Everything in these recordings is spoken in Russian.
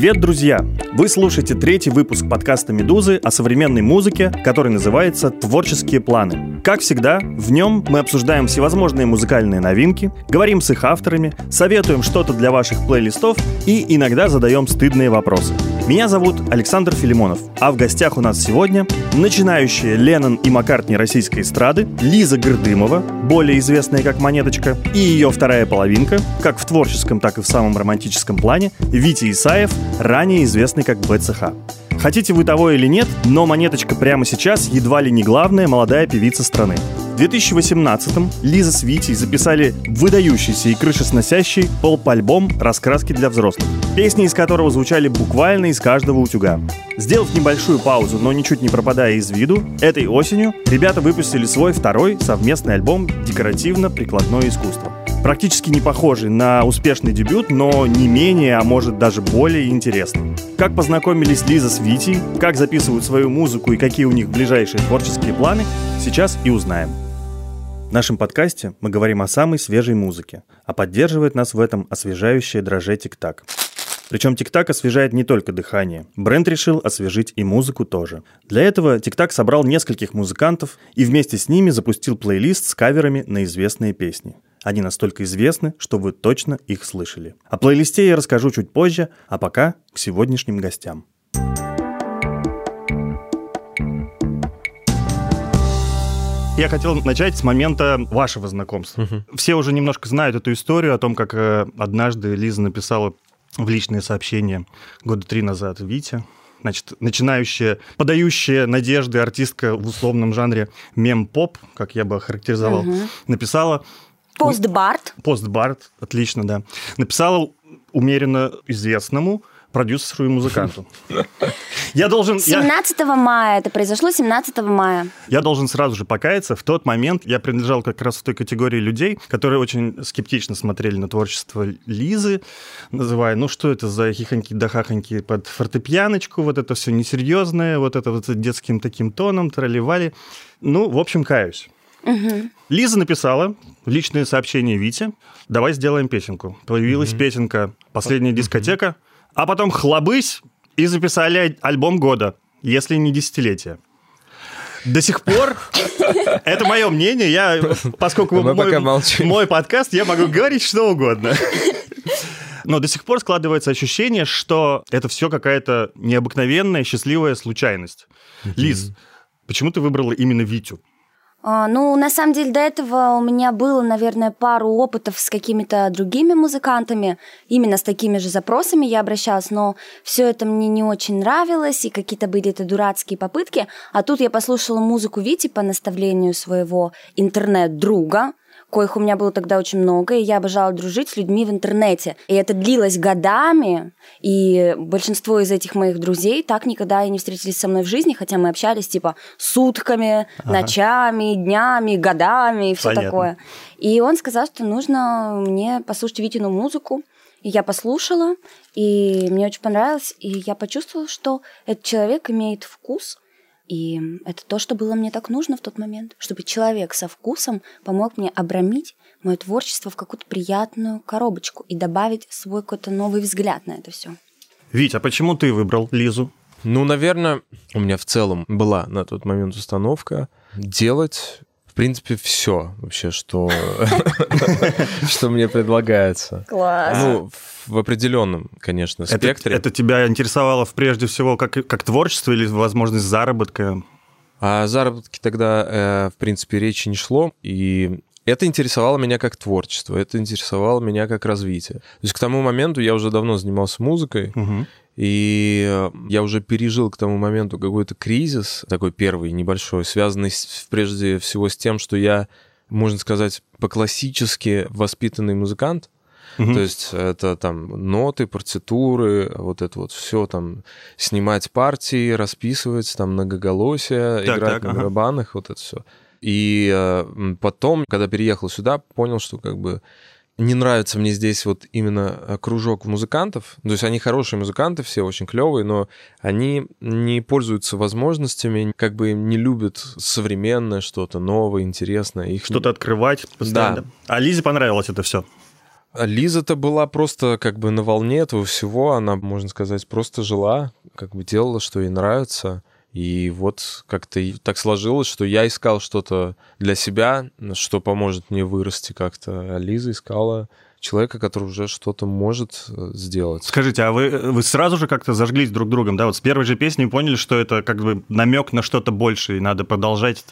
Привет, друзья! Вы слушаете третий выпуск подкаста «Медузы» о современной музыке, который называется «Творческие планы». Как всегда, в нем мы обсуждаем всевозможные музыкальные новинки, говорим с их авторами, советуем что-то для ваших плейлистов и иногда задаем стыдные вопросы. Меня зовут Александр Филимонов, а в гостях у нас сегодня начинающие Леннон и Маккартни российской эстрады, Лиза Гердымова, более известная как Монеточка, и ее вторая половинка, как в творческом, так и в самом романтическом плане, Витя Исаев, ранее известный как БЦХ. Хотите вы того или нет, но Монеточка прямо сейчас едва ли не главная молодая певица страны. В 2018-м Лиза с Витей записали выдающийся и крышесносящий поп-альбом «Раскраски для взрослых», песни из которого звучали буквально из каждого утюга. Сделав небольшую паузу, но ничуть не пропадая из виду, этой осенью ребята выпустили свой второй совместный альбом «Декоративно-прикладное искусство». Практически не похожий на успешный дебют, но не менее, а может даже более интересный. Как познакомились Лиза с Витей, как записывают свою музыку и какие у них ближайшие творческие планы, сейчас и узнаем. В нашем подкасте мы говорим о самой свежей музыке, а поддерживает нас в этом освежающее дрожжи Тик-Так. Причем Тик-Так освежает не только дыхание. Бренд решил освежить и музыку тоже. Для этого Тик-Так собрал нескольких музыкантов и вместе с ними запустил плейлист с каверами на известные песни. Они настолько известны, что вы точно их слышали. О плейлисте я расскажу чуть позже, а пока к сегодняшним гостям. Я хотел начать с момента вашего знакомства. Все уже немножко знают эту историю о том, как однажды Лиза написала в личные сообщения года 3 назад Вите. Значит, начинающая, подающая надежды артистка в условном жанре мем-поп, как я бы охарактеризовал, написала... Постбард, отлично, да. Написала умеренно известному продюсеру и музыканту. 17 мая, это произошло 17 мая. Я должен сразу же покаяться. В тот момент я принадлежал как раз в той категории людей, которые очень скептично смотрели на творчество Лизы, называя, ну что это за хихоньки да хахоньки под фортепианочку, вот это все несерьезное, вот это вот детским таким тоном, тролливали. Ну, в общем, каюсь. Лиза написала в личное сообщение Вите: давай сделаем песенку. Появилась песенка «Последняя дискотека», а потом хлобысь и записали альбом года, если не десятилетие. До сих пор, это мое мнение, поскольку мой подкаст, я могу говорить что угодно. Но до сих пор складывается ощущение, что это все какая-то необыкновенная, счастливая случайность. Лиз, почему ты выбрала именно Витю? Ну, на самом деле, до этого у меня было, наверное, пару опытов с какими-то другими музыкантами. Именно с такими же запросами я обращалась, но все это мне не очень нравилось, и какие-то были это дурацкие попытки. А тут я послушала музыку Вити по наставлению своего интернет-друга, коих у меня было тогда очень много, и я обожала дружить с людьми в интернете. И это длилось годами, и большинство из этих моих друзей так никогда и не встретились со мной в жизни, хотя мы общались типа сутками, ночами, днями, годами и все такое. И он сказал, что нужно мне послушать Витину музыку. И я послушала, и мне очень понравилось, и я почувствовала, что этот человек имеет вкус. И это то, что было мне так нужно в тот момент, чтобы человек со вкусом помог мне обрамить мое творчество в какую-то приятную коробочку и добавить свой какой-то новый взгляд на это все. Вить, а почему ты выбрал Лизу? Ну, наверное, у меня в целом была на тот момент установка делать, в принципе, все вообще, что мне предлагается. Класс. Ну, в определенном, конечно, спектре. Это тебя интересовало прежде всего как творчество или возможность заработка? О заработке тогда, в принципе, речи не шло, и это интересовало меня как творчество, это интересовало меня как развитие. То есть к тому моменту я уже давно занимался музыкой, и я уже пережил к тому моменту какой-то кризис, такой первый, небольшой, связанный прежде всего с тем, что я, можно сказать, по-классически воспитанный музыкант. То есть это там ноты, партитуры, вот это вот все там, снимать партии, расписывать, там многоголосие, играть на барабанах, вот это все. И потом, когда переехал сюда, понял, что как бы не нравится мне здесь вот именно кружок музыкантов. То есть они хорошие музыканты, все очень клевые, но они не пользуются возможностями, как бы не любят современное что-то, новое, интересное. Что-то открывать постоянно. Да. А Лизе понравилось это все? Лиза-то была просто как бы на волне этого всего. Она, можно сказать, просто жила, как бы делала, что ей нравится. И вот как-то так сложилось, что я искал что-то для себя, что поможет мне вырасти как-то. А Лиза искала человека, который уже что-то может сделать. Скажите, а вы сразу же как-то зажглись друг другом, да? Вот с первой же песни поняли, что это как бы намек на что-то большее, и надо продолжать?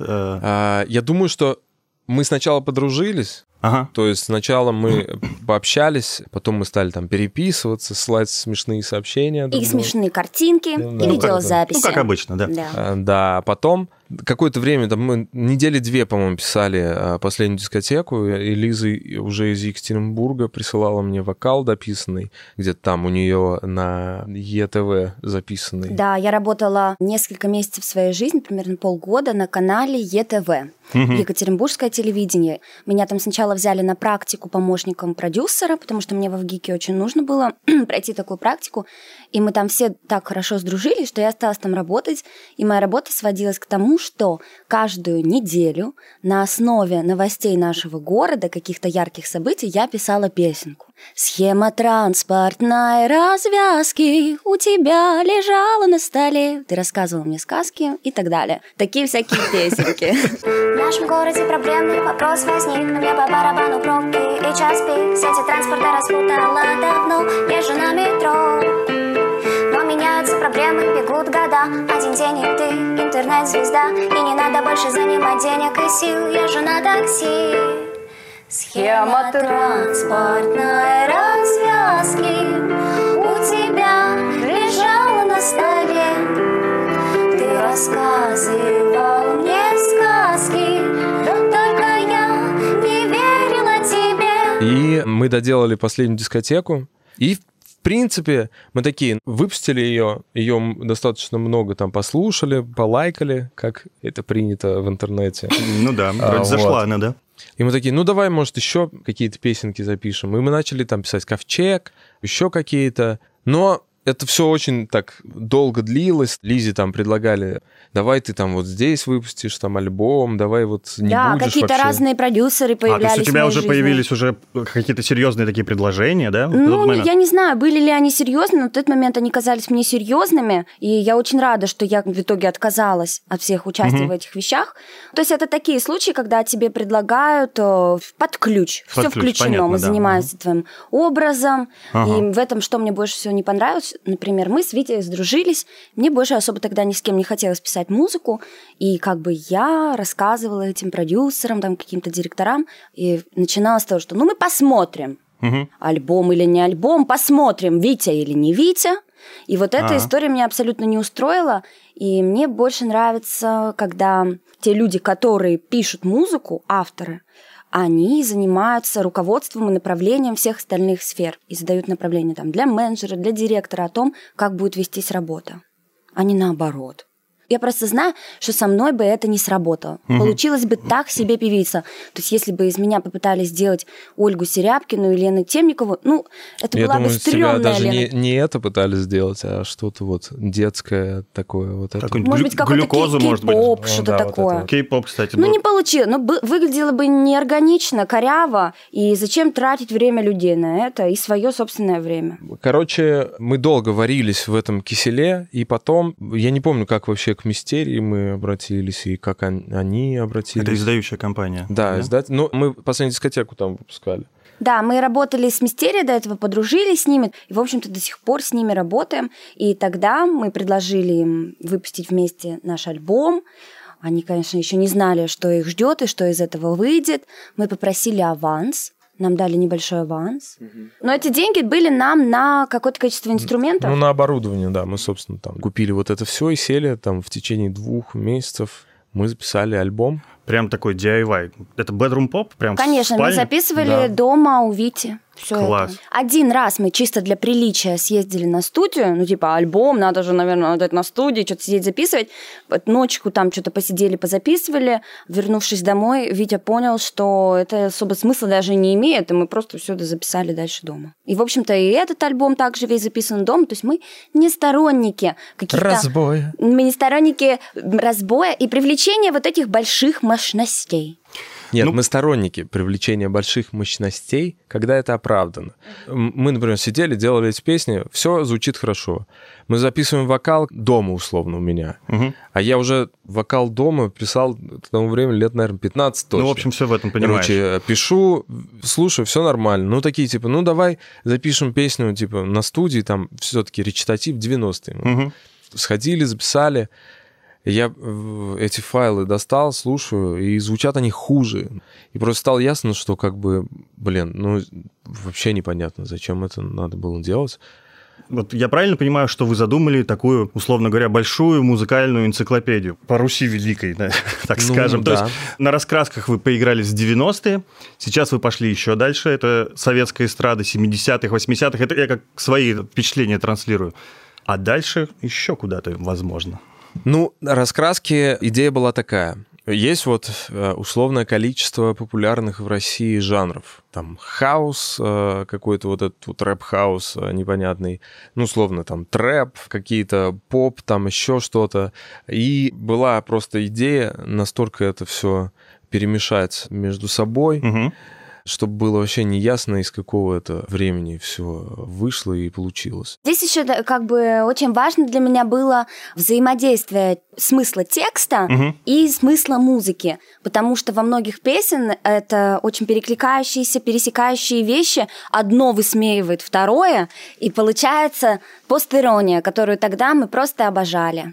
Я думаю, что мы сначала подружились. Ага. То есть сначала мы пообщались, потом мы стали там переписываться, ссылать смешные сообщения. И смешные картинки, и видеозаписи. Ну, как обычно, да. Да, а потом какое-то время, там мы недели 2, по-моему, писали последнюю дискотеку, и Лиза уже из Екатеринбурга присылала мне вокал дописанный, где-то там у нее на ЕТВ записанный. Да, я работала несколько месяцев своей жизни, примерно полгода, на канале ЕТВ, Екатеринбургское телевидение. Меня там сначала взяли на практику помощником продюсера, потому что мне в ВГИКе очень нужно было пройти такую практику, и мы там все так хорошо сдружились, что я осталась там работать, и моя работа сводилась к тому, что каждую неделю на основе новостей нашего города, каких-то ярких событий, я писала песенку. Схема транспортной развязки у тебя лежала на столе. Ты рассказывала мне сказки и так далее. Такие всякие песенки. В нашем городе проблемный вопрос возник, но мне по барабану пробки и час пик. Сети транспорта распутала давно, езжу на метро. Но меняются проблемы, бегут года. Один день и ты интернет-звезда, и не надо больше занимать денег и сил. Езжу на такси. Схема транспортной развязки у тебя лежала на столе. Ты рассказывал мне сказки, только я не верила тебе. И мы доделали последнюю дискотеку, и в принципе, мы такие выпустили ее достаточно много там послушали, полайкали, как это принято в интернете. Ну да, вроде зашла она, да? И мы такие, ну давай, может, еще какие-то песенки запишем. И мы начали там писать ковчег, еще какие-то. Но это все очень так долго длилось. Лизе там предлагали, давай ты там вот здесь выпустишь там альбом, давай вот не да, будешь какие-то вообще. Разные продюсеры появлялись. То есть у тебя уже жизни. появились уже какие-то серьезные такие предложения, да? Ну, я не знаю, были ли они серьезные, но в тот момент они казались мне серьезными, и я очень рада, что я в итоге отказалась от всех участий в этих вещах. То есть это такие случаи, когда тебе предлагают под ключ, все включено, понятно, мы занимаемся твоим образом, и в этом, что мне больше всего не понравилось, например, мы с Витей сдружились, мне больше особо тогда ни с кем не хотелось писать музыку, и как бы я рассказывала этим продюсерам, там, каким-то директорам, и начинала с того, что мы посмотрим, альбом или не альбом, посмотрим, Витя или не Витя. И вот эта история меня абсолютно не устроила, и мне больше нравится, когда те люди, которые пишут музыку, авторы, они занимаются руководством и направлением всех остальных сфер и задают направление там, для менеджера, для директора о том, как будет вестись работа, а не наоборот. Я просто знаю, что со мной бы это не сработало. Получилась бы так себе певица. То есть если бы из меня попытались сделать Ольгу Серябкину или Лену Темникову, это я была думаю, бы стрёмная тебя даже Лена. не это пытались сделать, а что-то вот детское такое. Вот это. Может быть, какой-то кей-поп, что-то такое. Вот кей-поп, кстати. Не получилось. Выглядело бы неорганично, коряво. И зачем тратить время людей на это и свое собственное время? Короче, мы долго варились в этом киселе, и потом, я не помню, как вообще к Мистерии мы обратились, и как они обратились. Это издающая компания. Да, издатель. Ну, мы последнюю дискотеку там выпускали. Да, мы работали с Мистерией до этого, подружились с ними, и, в общем-то, до сих пор с ними работаем. И тогда мы предложили им выпустить вместе наш альбом. Они, конечно, еще не знали, что их ждет и что из этого выйдет. Мы попросили аванс. Нам дали небольшой аванс. Но эти деньги были нам на какое-то количество инструментов. На оборудование, да. Мы, собственно, там купили вот это все и сели там в течение 2 месяцев. Мы записали альбом. Прям такой DIY. Это bedroom pop? Прям конечно, мы записывали дома у Вити. Класс. Это. Один раз мы чисто для приличия съездили на студию, альбом, надо же, наверное, на студии что-то сидеть записывать. Ночку там что-то посидели, позаписывали. Вернувшись домой, Витя понял, что это особо смысла даже не имеет, и мы просто все это записали дальше дома. И, в общем-то, и этот альбом также весь записан дома, то есть мы не сторонники каких-то... Разбоя. Мы не сторонники разбоя и привлечения вот этих больших мощностей. Нет, мы сторонники привлечения больших мощностей, когда это оправдано. Мы, например, сидели, делали эти песни, все звучит хорошо. Мы записываем вокал дома, условно, у меня. А я уже вокал дома писал к тому времени лет, наверное, 15 точно. Ну, в общем, все в этом понимаешь. Короче, пишу, слушаю, все нормально. Ну, такие, типа, ну, давай запишем песню, типа, на студии, там, все-таки речитатив 90-е. Сходили, записали. Я эти файлы достал, слушаю, и звучат они хуже. И просто стало ясно, что как бы, ну, вообще непонятно, зачем это надо было делать. Вот я правильно понимаю, что вы задумали такую, условно говоря, большую музыкальную энциклопедию по Руси Великой, да, так скажем. Да. То есть на раскрасках вы поиграли с 90-е, сейчас вы пошли еще дальше, это советская эстрада 70-х, 80-х, это я как свои впечатления транслирую. А дальше еще куда-то, возможно. Ну, раскраски, идея была такая. Есть вот условное количество популярных в России жанров. Там хаус, какой-то вот этот вот рэп-хаус непонятный, ну, условно, там трэп, какие-то поп, там еще что-то. И была просто идея настолько это все перемешать между собой, чтобы было вообще неясно, из какого это времени все вышло и получилось. Здесь еще как бы очень важно для меня было взаимодействие смысла текста и смысла музыки, потому что во многих песен это очень перекликающиеся, пересекающие вещи, одно высмеивает второе, и получается постирония, которую тогда мы просто обожали.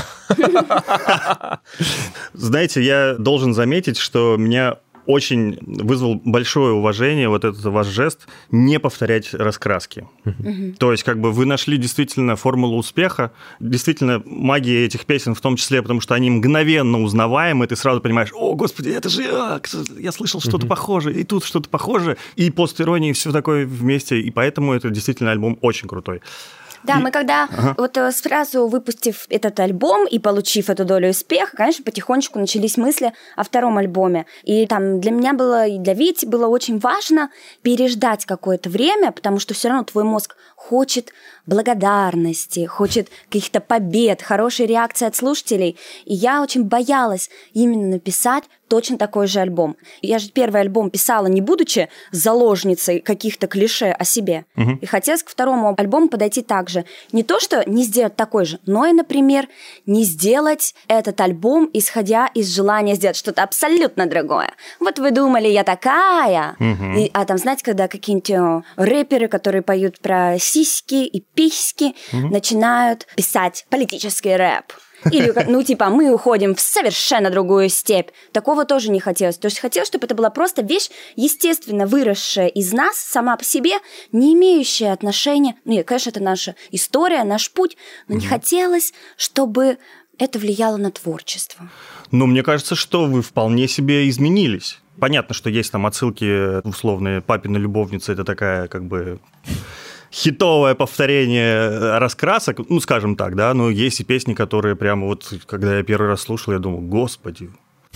Знаете, я должен заметить, что меня очень вызвал большое уважение вот этот ваш жест не повторять раскраски. То есть как бы вы нашли действительно формулу успеха, действительно магия этих песен в том числе, потому что они мгновенно узнаваемы, и ты сразу понимаешь, о, господи, это же я слышал что-то похожее, и тут что-то похожее, и постирония, и все такое вместе, и поэтому это действительно альбом очень крутой. Да, мы когда вот сразу выпустив этот альбом и получив эту долю успеха, конечно, потихонечку начались мысли о втором альбоме. И там для меня было, и для Вити было очень важно переждать какое-то время, потому что все равно твой мозг хочет благодарности, хочет каких-то побед, хорошей реакции от слушателей. И я очень боялась именно написать точно такой же альбом. Я же первый альбом писала, не будучи заложницей каких-то клише о себе. И хотелось к второму альбому подойти так же. Не то, что не сделать такой же, но и, например, не сделать этот альбом, исходя из желания сделать что-то абсолютно другое. Вот вы думали, я такая. А там, знаете, когда какие-нибудь рэперы, которые поют про сиськи и письки, начинают писать политический рэп. Или, ну, типа, мы уходим в совершенно другую степь. Такого тоже не хотелось. То есть хотелось, чтобы это была просто вещь, естественно, выросшая из нас, сама по себе, не имеющая отношения... Ну, нет, конечно, это наша история, наш путь, но не хотелось, чтобы это влияло на творчество. Ну, мне кажется, что вы вполне себе изменились. Понятно, что есть там отсылки условные. «Папина любовница» — это такая, как бы... хитовое повторение раскрасок, ну, скажем так, да, но есть и песни, которые прямо вот, когда я первый раз слушал, я думал, господи.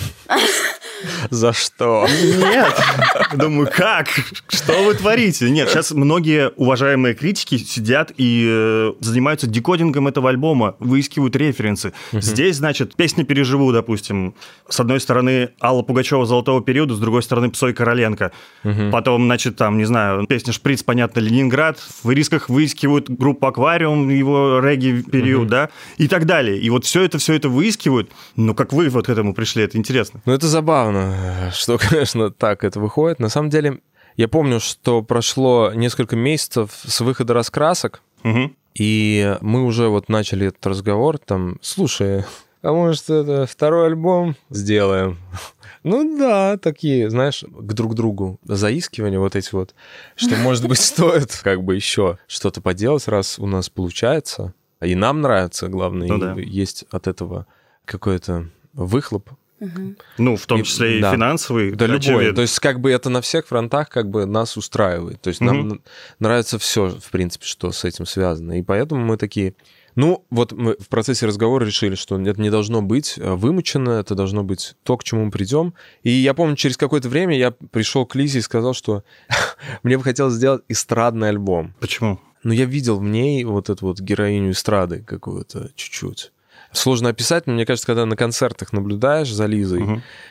За что? Нет. Думаю, как? Что вы творите? Нет, сейчас многие уважаемые критики сидят и занимаются декодингом этого альбома, выискивают референсы. Здесь, значит, «Песни переживу», допустим. С одной стороны, Алла Пугачева «Золотого периода», с другой стороны, Псой Короленко. Потом, значит, там, не знаю, песня «Шприц», понятно, Ленинград. В ирисках выискивают группу «Аквариум», его регги-период, да, и так далее. И вот все это выискивают. Но как вы вот к этому пришли, это интересно. Ну, это забавно, что, конечно, так это выходит. На самом деле, я помню, что прошло несколько месяцев с выхода раскрасок, и мы уже вот начали этот разговор, там, слушай, а может, это второй альбом сделаем? Ну да, такие, знаешь, к друг другу заискивания вот эти вот, что, может быть, стоит как бы еще что-то поделать, раз у нас получается, и нам нравится, главное, ну, да. Есть от этого какой-то выхлоп. Ну, в том числе и финансовый. Да, любой. То есть, как бы это на всех фронтах как бы нас устраивает. То есть, нам нравится все, в принципе, что с этим связано. И поэтому мы такие... Ну, вот мы в процессе разговора решили, что это не должно быть вымучено, это должно быть то, к чему мы придем. И я помню, через какое-то время я пришел к Лизе и сказал, что мне бы хотелось сделать эстрадный альбом. Почему? Ну, я видел в ней вот эту вот героиню эстрады какую-то чуть-чуть. Сложно описать, но мне кажется, когда на концертах наблюдаешь за Лизой,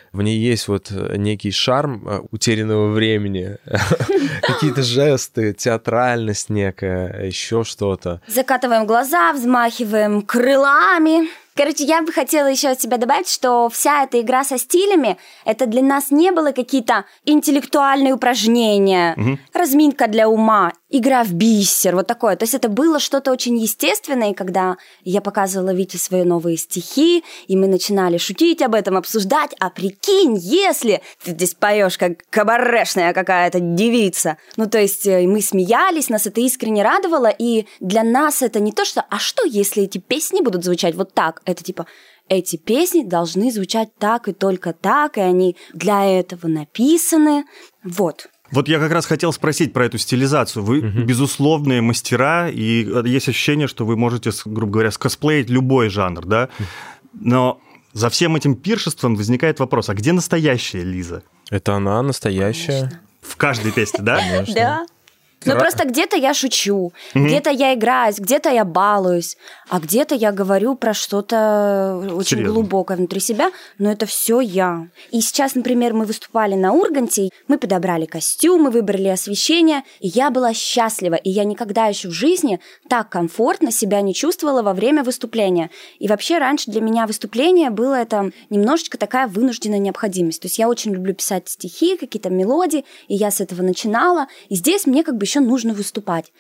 В ней есть вот некий шарм утерянного времени, какие-то жесты, театральность некая, еще что-то. Закатываем глаза, взмахиваем крылами. Короче, я бы хотела еще от себя добавить, что вся эта игра со стилями, это для нас не было какие-то интеллектуальные упражнения, разминка для ума, игра в бисер, вот такое. То есть это было что-то очень естественное, и когда я показывала Вите свои новые стихи, и мы начинали шутить об этом, обсуждать, а прикинь, если ты здесь поешь как кабарешная какая-то девица. Ну, то есть мы смеялись, нас это искренне радовало, и для нас это не то, что «а что, если эти песни будут звучать вот так?» Это типа эти песни должны звучать так и только так, и они для этого написаны. Вот. Вот я как раз хотел спросить про эту стилизацию. Вы безусловные мастера, и есть ощущение, что вы можете, грубо говоря, скосплеить любой жанр, да? Но за всем этим пиршеством возникает вопрос, а где настоящая Лиза? Это она настоящая. Конечно. В каждой песне, да? Конечно. Да. Ну, просто где-то я шучу, где-то я играюсь, где-то я балуюсь, а где-то я говорю про что-то очень Серьезно? глубокое внутри себя, но это все я. И сейчас, например, мы выступали на Урганте, мы подобрали костюмы, выбрали освещение, и я была счастлива, и я никогда еще в жизни так комфортно себя не чувствовала во время выступления. И вообще раньше для меня выступление было это немножечко такая вынужденная необходимость. То есть я очень люблю писать стихи, какие-то мелодии, и я с этого начинала, и здесь мне как бы еще нужно выступать.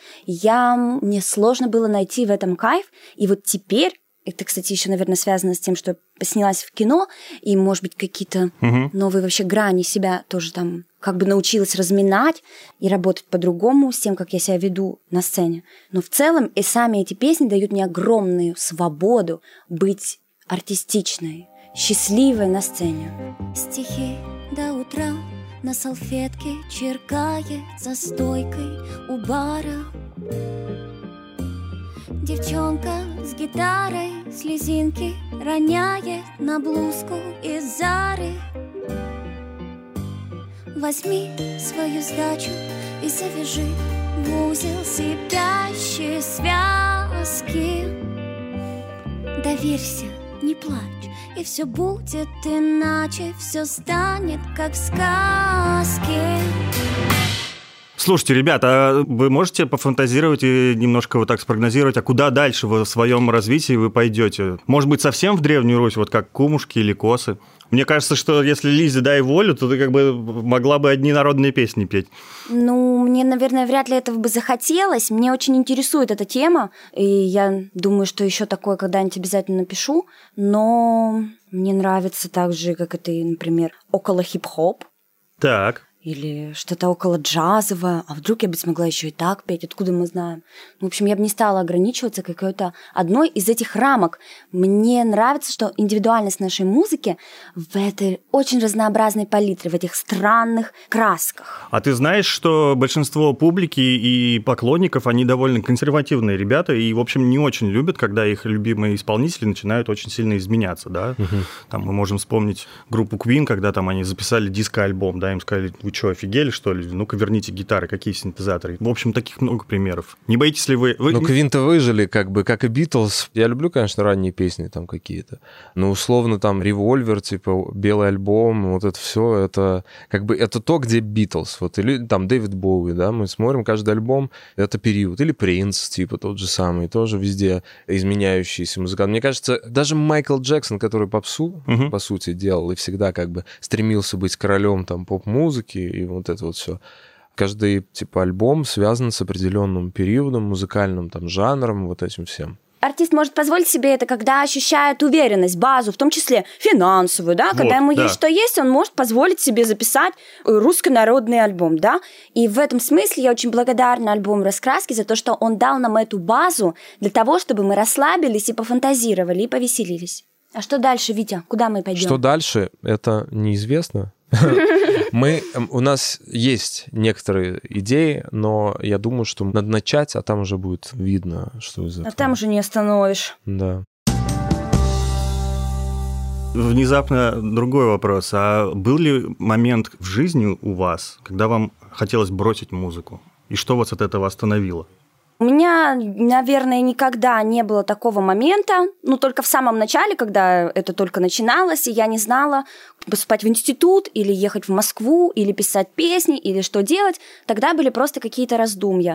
Мне сложно было найти в этом кайф, и вот теперь, это, кстати, еще, наверное, связано с тем, что я снялась в кино, и, может быть, какие-то новые вообще грани себя тоже там как бы научилась разминать и работать по-другому с тем, как я себя веду на сцене. Но в целом и сами эти песни дают мне огромную свободу быть артистичной, счастливой на сцене. Стихи до утра на салфетке черкает за стойкой у бара. Девчонка с гитарой слезинки роняет на блузку из Зары. Возьми свою сдачу и завяжи в узел сипящие связки. Доверься, не плачь, и все будет иначе, все станет как в сказке. Слушайте, ребята, а вы можете пофантазировать и немножко вот так спрогнозировать, а куда дальше в своем развитии вы пойдете? Может быть, совсем в Древнюю Русь, вот как кумушки или косы? Мне кажется, что если Лизе дай волю, то ты как бы могла бы одни народные песни петь. Ну, мне, наверное, вряд ли этого бы захотелось. Мне очень интересует эта тема, и я думаю, что еще такое когда-нибудь обязательно напишу. Но мне нравится так же, как это, например, около хип-хоп. Так. Или что-то около джазовое. А вдруг я бы смогла еще и так петь? Откуда мы знаем? В общем, я бы не стала ограничиваться какой-то одной из этих рамок. Мне нравится, что индивидуальность нашей музыки в этой очень разнообразной палитре, в этих странных красках. А ты знаешь, что большинство публики и поклонников, они довольно консервативные ребята и, в общем, не очень любят, когда их любимые исполнители начинают очень сильно изменяться, да? Там мы можем вспомнить группу Queen, когда там они записали диско-альбом, да, им сказали: вы что, офигели, что ли? Ну-ка верните гитары, какие синтезаторы. В общем, таких много примеров. Не боитесь ли вы... Ну, Квин-то выжили, как бы, как и Битлз. Я люблю, конечно, ранние песни там какие-то. Но условно там «Револьвер», типа «Белый альбом», вот это все, это как бы это то, где Битлз. Вот, или там Дэвид Боуи, да, мы смотрим каждый альбом, это период. Или Принц, типа тот же самый, тоже везде изменяющийся музыкант. Мне кажется, даже Майкл Джексон, который попсу, по сути, делал и всегда как бы стремился быть королем там поп-музыки, и вот это вот все. Каждый типа альбом связан с определенным периодом, музыкальным там жанром, вот этим всем. Артист может позволить себе это, когда ощущает уверенность, базу, в том числе финансовую, да, когда ему есть что есть, он может позволить себе записать руссконародный альбом, да, и в этом смысле я очень благодарна альбому «Раскраски» за то, что он дал нам эту базу для того, чтобы мы расслабились и пофантазировали, и повеселились. А что дальше, Витя? Куда мы пойдем? Что дальше, это неизвестно. У нас есть некоторые идеи, но я думаю, что надо начать, а там уже будет видно, что из этого. А там уже не остановишь. Да. Внезапно другой вопрос. А был ли момент в жизни у вас, когда вам хотелось бросить музыку? И что вас от этого остановило? У меня, наверное, никогда не было такого момента, только в самом начале, когда это только начиналось, и я не знала, поступать в институт, или ехать в Москву, или писать песни, или что делать. Тогда были просто какие-то раздумья.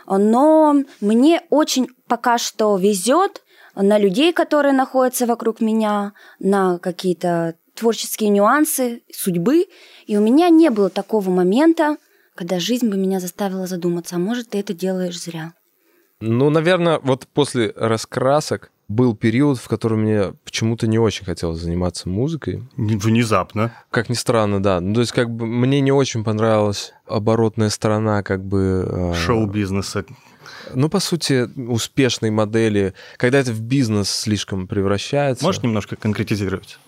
Но мне очень пока что везет на людей, которые находятся вокруг меня, на какие-то творческие нюансы судьбы. И у меня не было такого момента, когда жизнь бы меня заставила задуматься, а может, ты это делаешь зря. Наверное, вот после раскрасок был период, в котором мне почему-то не очень хотелось заниматься музыкой. Внезапно. Как ни странно, да. То есть мне не очень понравилась оборотная сторона шоу-бизнеса. По сути, успешной модели, когда это в бизнес слишком превращается. Можешь немножко конкретизировать?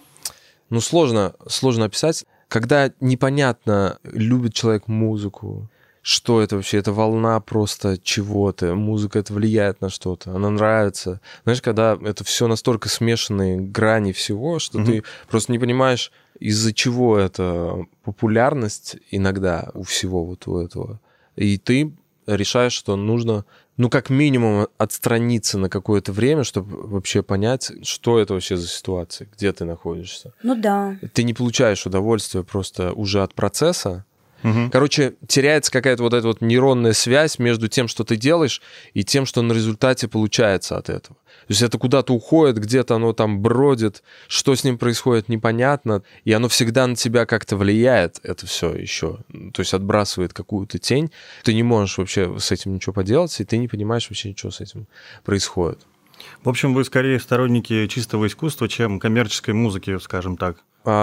Сложно описать. Когда непонятно, любит человек музыку, что это вообще? Это волна просто чего-то. Музыка это влияет на что-то. Она нравится. Знаешь, когда это все настолько смешанные грани всего, что ты просто не понимаешь, из-за чего это популярность иногда у всего вот у этого. И ты решаешь, что нужно, как минимум, отстраниться на какое-то время, чтобы вообще понять, что это вообще за ситуация, где ты находишься. Да. Ты не получаешь удовольствия просто уже от процесса. Короче, теряется какая-то вот эта вот нейронная связь между тем, что ты делаешь, и тем, что на результате получается от этого. То есть это куда-то уходит, где-то оно там бродит, что с ним происходит, непонятно, и оно всегда на тебя как-то влияет, это все еще. То есть отбрасывает какую-то тень. Ты не можешь вообще с этим ничего поделать, и ты не понимаешь вообще, что с этим происходит. В общем, вы скорее сторонники чистого искусства, чем коммерческой музыки, скажем так.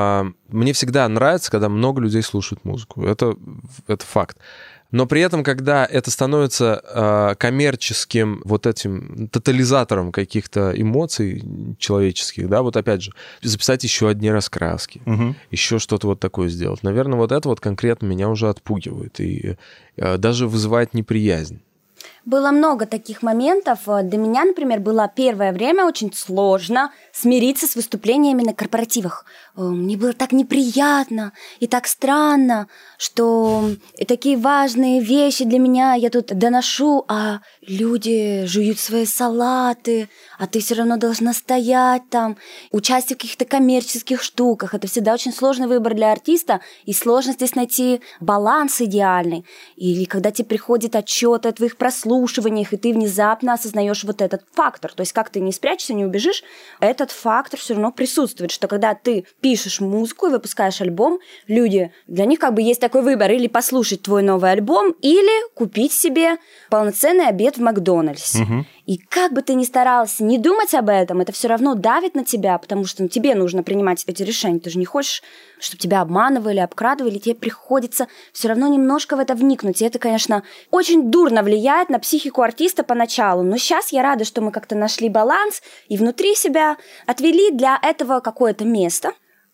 Мне всегда нравится, когда много людей слушают музыку. Это факт. Но при этом, когда это становится коммерческим вот этим тотализатором каких-то эмоций человеческих, да, вот опять же, записать еще одни раскраски, еще что-то вот такое сделать. Наверное, вот это вот конкретно меня уже отпугивает и даже вызывает неприязнь. Было много таких моментов. Для меня, например, было первое время очень сложно смириться с выступлениями на корпоративах. Мне было так неприятно и так странно, что такие важные вещи для меня я тут доношу, а люди жуют свои салаты, а ты все равно должна стоять там. Участие в каких-то коммерческих штуках. Это всегда очень сложный выбор для артиста, и сложно здесь найти баланс идеальный. Или когда тебе приходит отчет о твоих прослушиваниях, и ты внезапно осознаешь вот этот фактор. То есть как ты не спрячешься, не убежишь, этот фактор все равно присутствует, что когда ты пишешь музыку и выпускаешь альбом, люди, для них есть такой выбор: или послушать твой новый альбом, или купить себе полноценный обед в Макдональдсе. И как бы ты ни старался не думать об этом, это все равно давит на тебя, потому что тебе нужно принимать эти решения. Ты же не хочешь, чтобы тебя обманывали, обкрадывали, тебе приходится все равно немножко в это вникнуть. И это, конечно, очень дурно влияет на психику артиста поначалу. Но сейчас я рада, что мы как-то нашли баланс и внутри себя отвели для этого какое-то место.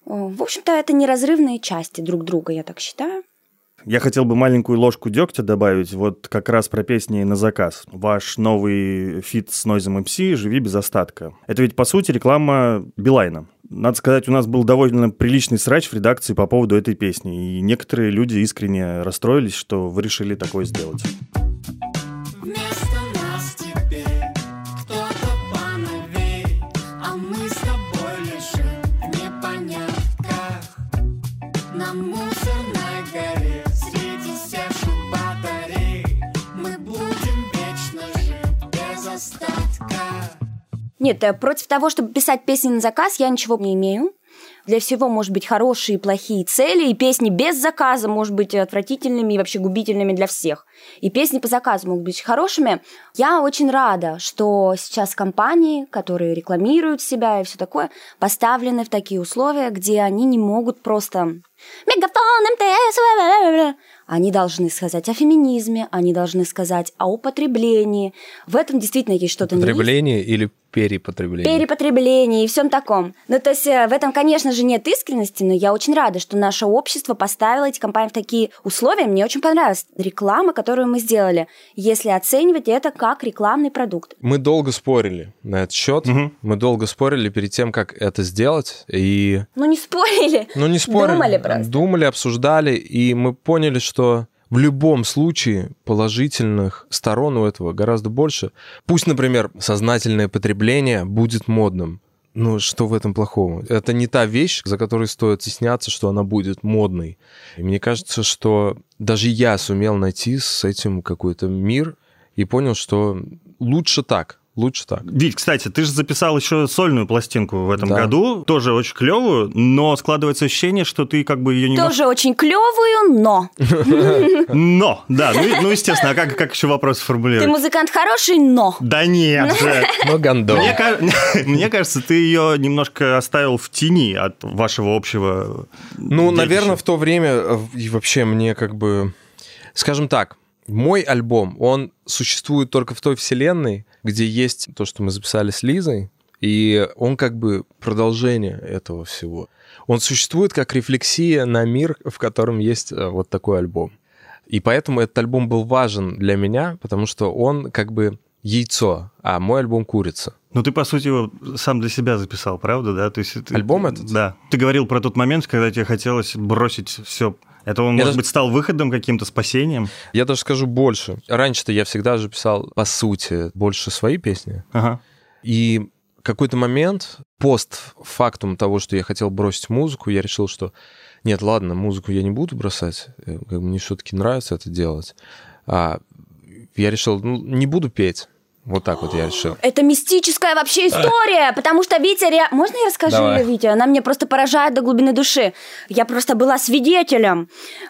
В общем-то, это неразрывные части друг друга, я так считаю. Я хотел бы маленькую ложку дегтя добавить, вот как раз про песни на заказ. Ваш новый фит с Noise MC «Живи без остатка». Это ведь, по сути, реклама Билайна. Надо сказать, у нас был довольно приличный срач в редакции по поводу этой песни, и некоторые люди искренне расстроились, что вы решили такое сделать. Нет, против того, чтобы писать песни на заказ, я ничего не имею. Для всего может быть хорошие и плохие цели, и песни без заказа может быть отвратительными и вообще губительными для всех. И песни по заказу могут быть хорошими. Я очень рада, что сейчас компании, которые рекламируют себя и все такое, поставлены в такие условия, где они не могут просто... Мегафон, МТС... Они должны сказать о феминизме, они должны сказать о употреблении. В этом действительно есть что-то неистинное. Употребление или перепотребление? Перепотребление и всем таком. То есть в этом, конечно же, нет искренности, но я очень рада, что наше общество поставило эти компании в такие условия. Мне очень понравилась реклама, которую мы сделали, если оценивать это как рекламный продукт. Мы долго спорили на этот счет. Мы долго спорили перед тем, как это сделать. И... Не спорили. Не спорили. Думали просто. Думали, обсуждали, и мы поняли, что в любом случае положительных сторон у этого гораздо больше. Пусть, например, сознательное потребление будет модным. Ну, что в этом плохого? Это не та вещь, за которой стоит стесняться, что она будет модной. И мне кажется, что даже я сумел найти с этим какой-то мир и понял, что лучше так. Лучше так. Вить, кстати, ты же записал еще сольную пластинку в этом году, тоже очень клевую, но складывается ощущение, что ты как бы ее не... Тоже очень клевую, но... Но, да, ну естественно, а как еще вопрос формулировать? Ты музыкант хороший, но... Да нет же! Но гондон. Мне кажется, ты ее немножко оставил в тени от вашего общего... Ну, наверное, в то время и вообще мне как бы... Скажем так, мой альбом, он существует только в той вселенной, где есть то, что мы записали с Лизой, и он как бы продолжение этого всего. Он существует как рефлексия на мир, в котором есть вот такой альбом. И поэтому этот альбом был важен для меня, потому что он как бы яйцо, а мой альбом курица. Ну, ты, по сути, его сам для себя записал, правда, да? То есть, альбом этот? Да. Ты говорил про тот момент, когда тебе хотелось бросить все. Это он, может быть, стал выходом, каким-то спасением? Я даже скажу больше. Раньше-то я всегда же писал, по сути, больше свои песни. Ага. И какой-то момент, постфактум того, что я хотел бросить музыку, я решил, что нет, ладно, музыку я не буду бросать, мне все-таки нравится это делать. Я решил, не буду петь. Вот так вот я решил. Это мистическая вообще история, потому что Витя... Можно я расскажу ее, Витя? Она меня просто поражает до глубины души. Я просто была свидетелем.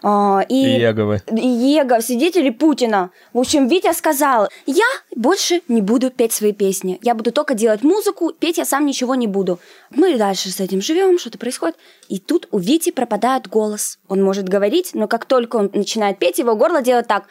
Его, свидетелем Путина. В общем, Витя сказал, я больше не буду петь свои песни. Я буду только делать музыку, петь я сам ничего не буду. Мы дальше с этим живем, что-то происходит. И тут у Вити пропадает голос. Он может говорить, но как только он начинает петь, его горло делает так.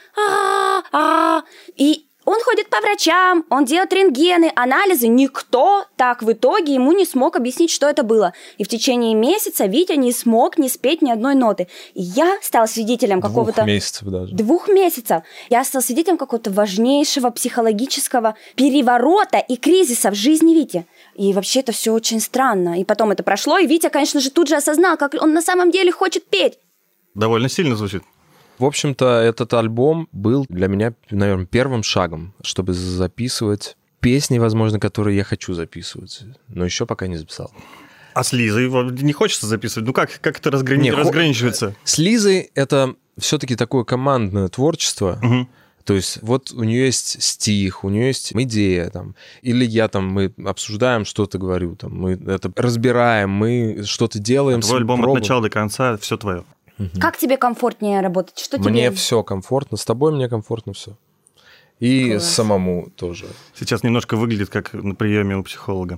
И он ходит по врачам, он делает рентгены, анализы. Никто так в итоге ему не смог объяснить, что это было. И в течение месяца Витя не смог не спеть ни одной ноты. И я стала свидетелем какого-то... 2 месяцев даже. 2 месяцев. Я стала свидетелем какого-то важнейшего психологического переворота и кризиса в жизни Вити. И вообще это все очень странно. И потом это прошло, и Витя, конечно же, тут же осознал, как он на самом деле хочет петь. Довольно сильно звучит. В общем-то, этот альбом был для меня, наверное, первым шагом, чтобы записывать песни, возможно, которые я хочу записывать, но еще пока не записал. А с Лизой не хочется записывать? Ну как это разграничивается? С Лизой это все-таки такое командное творчество. Угу. То есть вот у нее есть стих, у нее есть идея, там, или мы обсуждаем что-то, говорю, там, мы это разбираем, мы что-то делаем. Твой альбом от начала до конца, все твое. Как тебе комфортнее работать? Что мне тебе... все комфортно, с тобой мне комфортно все. И класс. Самому тоже. Сейчас немножко выглядит как на приеме у психолога.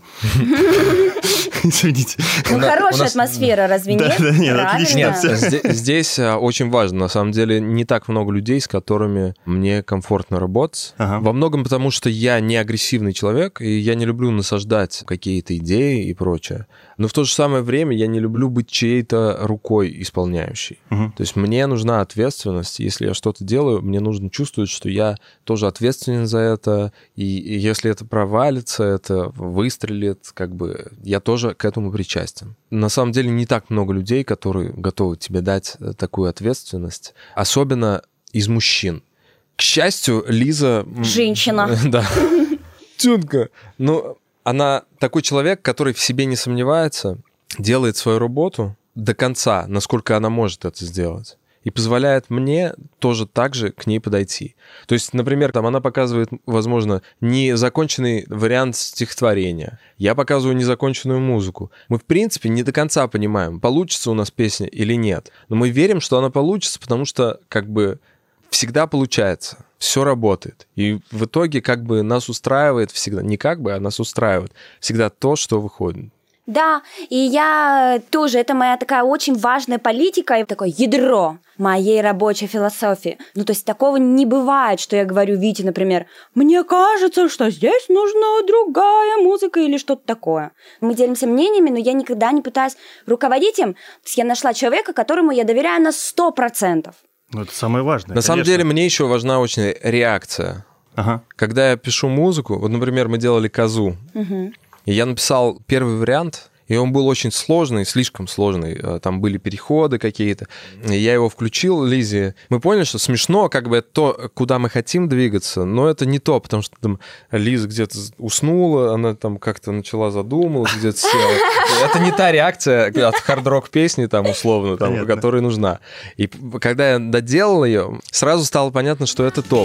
Извините. Ну, хорошая атмосфера, разве нет? Да, нет, отлично. Нет, здесь очень важно, на самом деле, не так много людей, с которыми мне комфортно работать. Во многом потому, что я не агрессивный человек, и я не люблю насаждать какие-то идеи и прочее. Но в то же самое время я не люблю быть чьей-то рукой исполняющей. То есть мне нужна ответственность. Если я что-то делаю, мне нужно чувствовать, что я тоже ответственен за это. И если это провалится, это выстрелит, как бы я тоже к этому причастен. На самом деле не так много людей, которые готовы тебе дать такую ответственность. Особенно из мужчин. К счастью, Лиза... Женщина. Да. Тюнка. Ну... Она такой человек, который в себе не сомневается, делает свою работу до конца, насколько она может это сделать, и позволяет мне тоже так же к ней подойти. То есть, например, там она показывает, возможно, незаконченный вариант стихотворения. Я показываю незаконченную музыку. Мы, в принципе, не до конца понимаем, получится у нас песня или нет. Но мы верим, что она получится, потому что, как бы, всегда получается. Все работает. И в итоге как бы нас устраивает всегда, не как бы, а нас устраивает всегда то, что выходит. Да, и я тоже, это моя такая очень важная политика, такое ядро моей рабочей философии. Ну, то есть такого не бывает, что я говорю Вите, например, мне кажется, что здесь нужна другая музыка или что-то такое. Мы делимся мнениями, но я никогда не пытаюсь руководить им. То есть я нашла человека, которому я доверяю на 100%. Ну, это самое важное. На самом деле, мне еще важна очень реакция. Ага. Когда я пишу музыку, вот, например, мы делали «Козу», и я написал первый вариант, И он был очень сложный, слишком сложный. Там были переходы какие-то. Я его включил Лизе. Мы поняли, что смешно, как бы это то, куда мы хотим двигаться, но это не то, потому что там Лиза где-то уснула, она там как-то начала задумалась, где-то села. Это не та реакция от хард-рок песни, там, условно, там, которая нужна. И когда я доделал ее, сразу стало понятно, что это топ.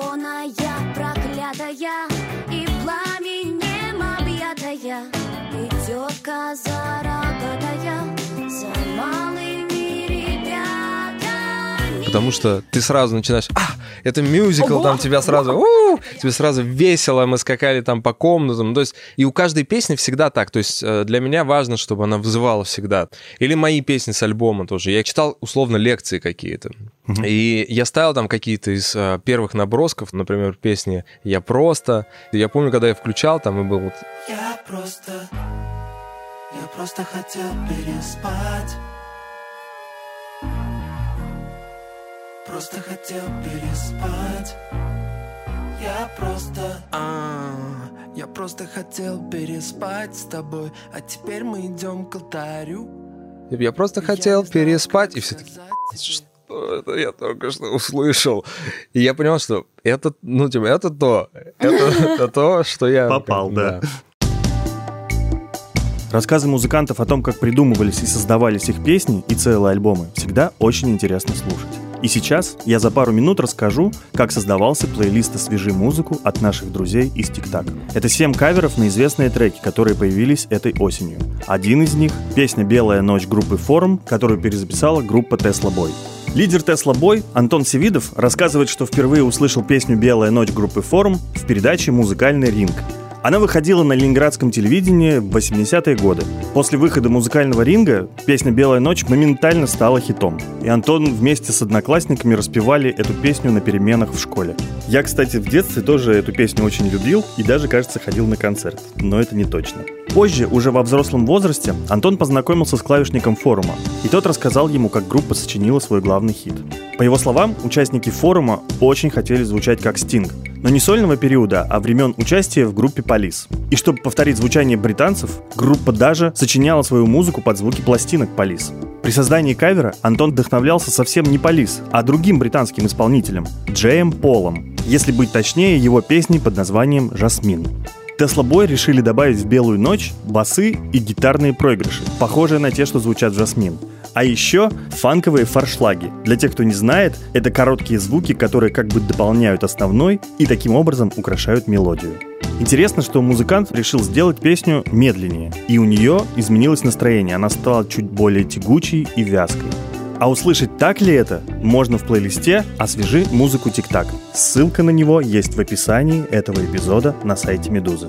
Потому что ты сразу начинаешь, это мюзикл, там тебе сразу весело, мы скакали там по комнатам. То есть, и у каждой песни всегда так. То есть для меня важно, чтобы она вызывала всегда. Или мои песни с альбома тоже. Я читал, условно, лекции какие-то. И я ставил там какие-то из первых набросков, например, песни «Я просто». Я помню, когда я включал, там и был вот... Я просто хотел переспать. Просто хотел переспать. Я просто хотел переспать с тобой, а теперь мы идем к алтарю. Я просто хотел переспать, и все таки, что это я только что услышал. И я понял, что это, это то, что я... Попал, да. Рассказы музыкантов о том, как придумывались и создавались их песни и целые альбомы, всегда очень интересно слушать. И сейчас я за пару минут расскажу, как создавался плейлист «Освежи музыку» от наших друзей из ТикТак. Это 7 каверов на известные треки, которые появились этой осенью. Один из них — песня «Белая ночь» группы «Форум», которую перезаписала группа Tesla Boy. Лидер Tesla Boy Антон Севидов рассказывает, что впервые услышал песню «Белая ночь» группы «Форум» в передаче «Музыкальный ринг». Она выходила на ленинградском телевидении в 80-е годы. После выхода музыкального ринга песня «Белая ночь» моментально стала хитом. И Антон вместе с одноклассниками распевали эту песню на переменах в школе. Я, кстати, в детстве тоже эту песню очень любил и даже, кажется, ходил на концерт. Но это не точно. Позже, уже во взрослом возрасте, Антон познакомился с клавишником «Форума», и тот рассказал ему, как группа сочинила свой главный хит. По его словам, участники «Форума» очень хотели звучать как Стинг, но не сольного периода, а времен участия в группе Police. И чтобы повторить звучание британцев, группа даже сочиняла свою музыку под звуки пластинок Police. При создании кавера Антон вдохновлялся совсем не Police, а другим британским исполнителем — Джеем Полом. Если быть точнее, его песней под названием «Жасмин». Tesla Boy решили добавить в «Белую ночь» басы и гитарные проигрыши, похожие на те, что звучат в «Жасмин». А еще фанковые форшлаги. Для тех, кто не знает, это короткие звуки, которые как бы дополняют основной и таким образом украшают мелодию. Интересно, что музыкант решил сделать песню медленнее, и у нее изменилось настроение, она стала чуть более тягучей и вязкой. А услышать, так ли это, можно в плейлисте «Освежи музыку ТикТак». Ссылка на него есть в описании этого эпизода на сайте Медузы.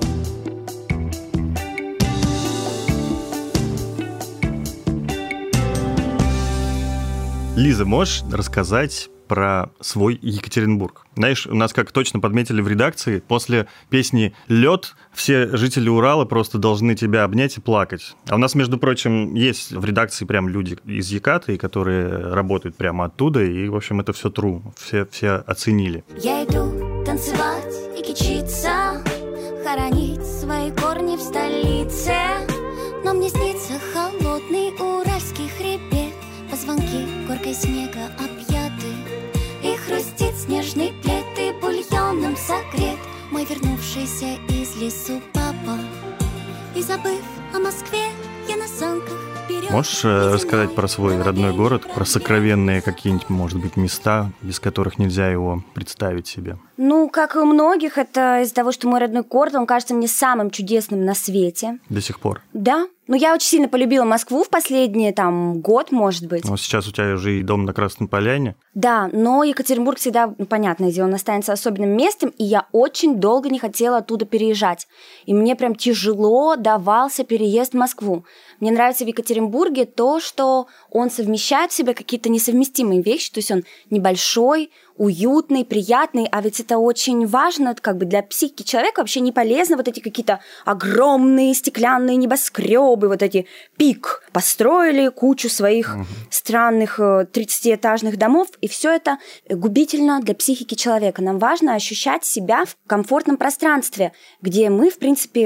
Лиза, можешь рассказать про свой Екатеринбург? Знаешь, у нас, как точно подметили в редакции, после песни «Лед» все жители Урала просто должны тебя обнять и плакать. А у нас, между прочим, есть в редакции прям люди из Екатеринбурга, которые работают прямо оттуда, и, в общем, это все true, все оценили. Я иду танцевать и кичиться, хоронить свои корни в столице, но мне снится холодный уральский хребет, позвонки горкой снега объяты, и хрустит снежный плед, и бульоном согрет мой вернувшийся из лесу папа. И забыв о Москве, я на санках вперед. Можешь рассказать про свой родной город, про сокровенные какие-нибудь, может быть, места, без которых нельзя его представить себе? Ну, как и у многих, это из-за того, что мой родной город, он кажется мне самым чудесным на свете. До сих пор? Да. Ну, я очень сильно полюбила Москву в последний, год, может быть. Но сейчас у тебя уже и дом на Красной Поляне. Да, но Екатеринбург всегда, понятное дело, он останется особенным местом, и я очень долго не хотела оттуда переезжать. И мне прям тяжело давался переезд в Москву. Мне нравится в Екатеринбурге то, что он совмещает в себе какие-то несовместимые вещи, то есть он небольшой, уютный, приятный, а ведь это очень важно, как бы для психики человека вообще не полезно вот эти какие-то огромные стеклянные небоскребы, вот эти пик. Построили кучу своих странных 30-этажных домов, и все это губительно для психики человека. Нам важно ощущать себя в комфортном пространстве, где мы, в принципе,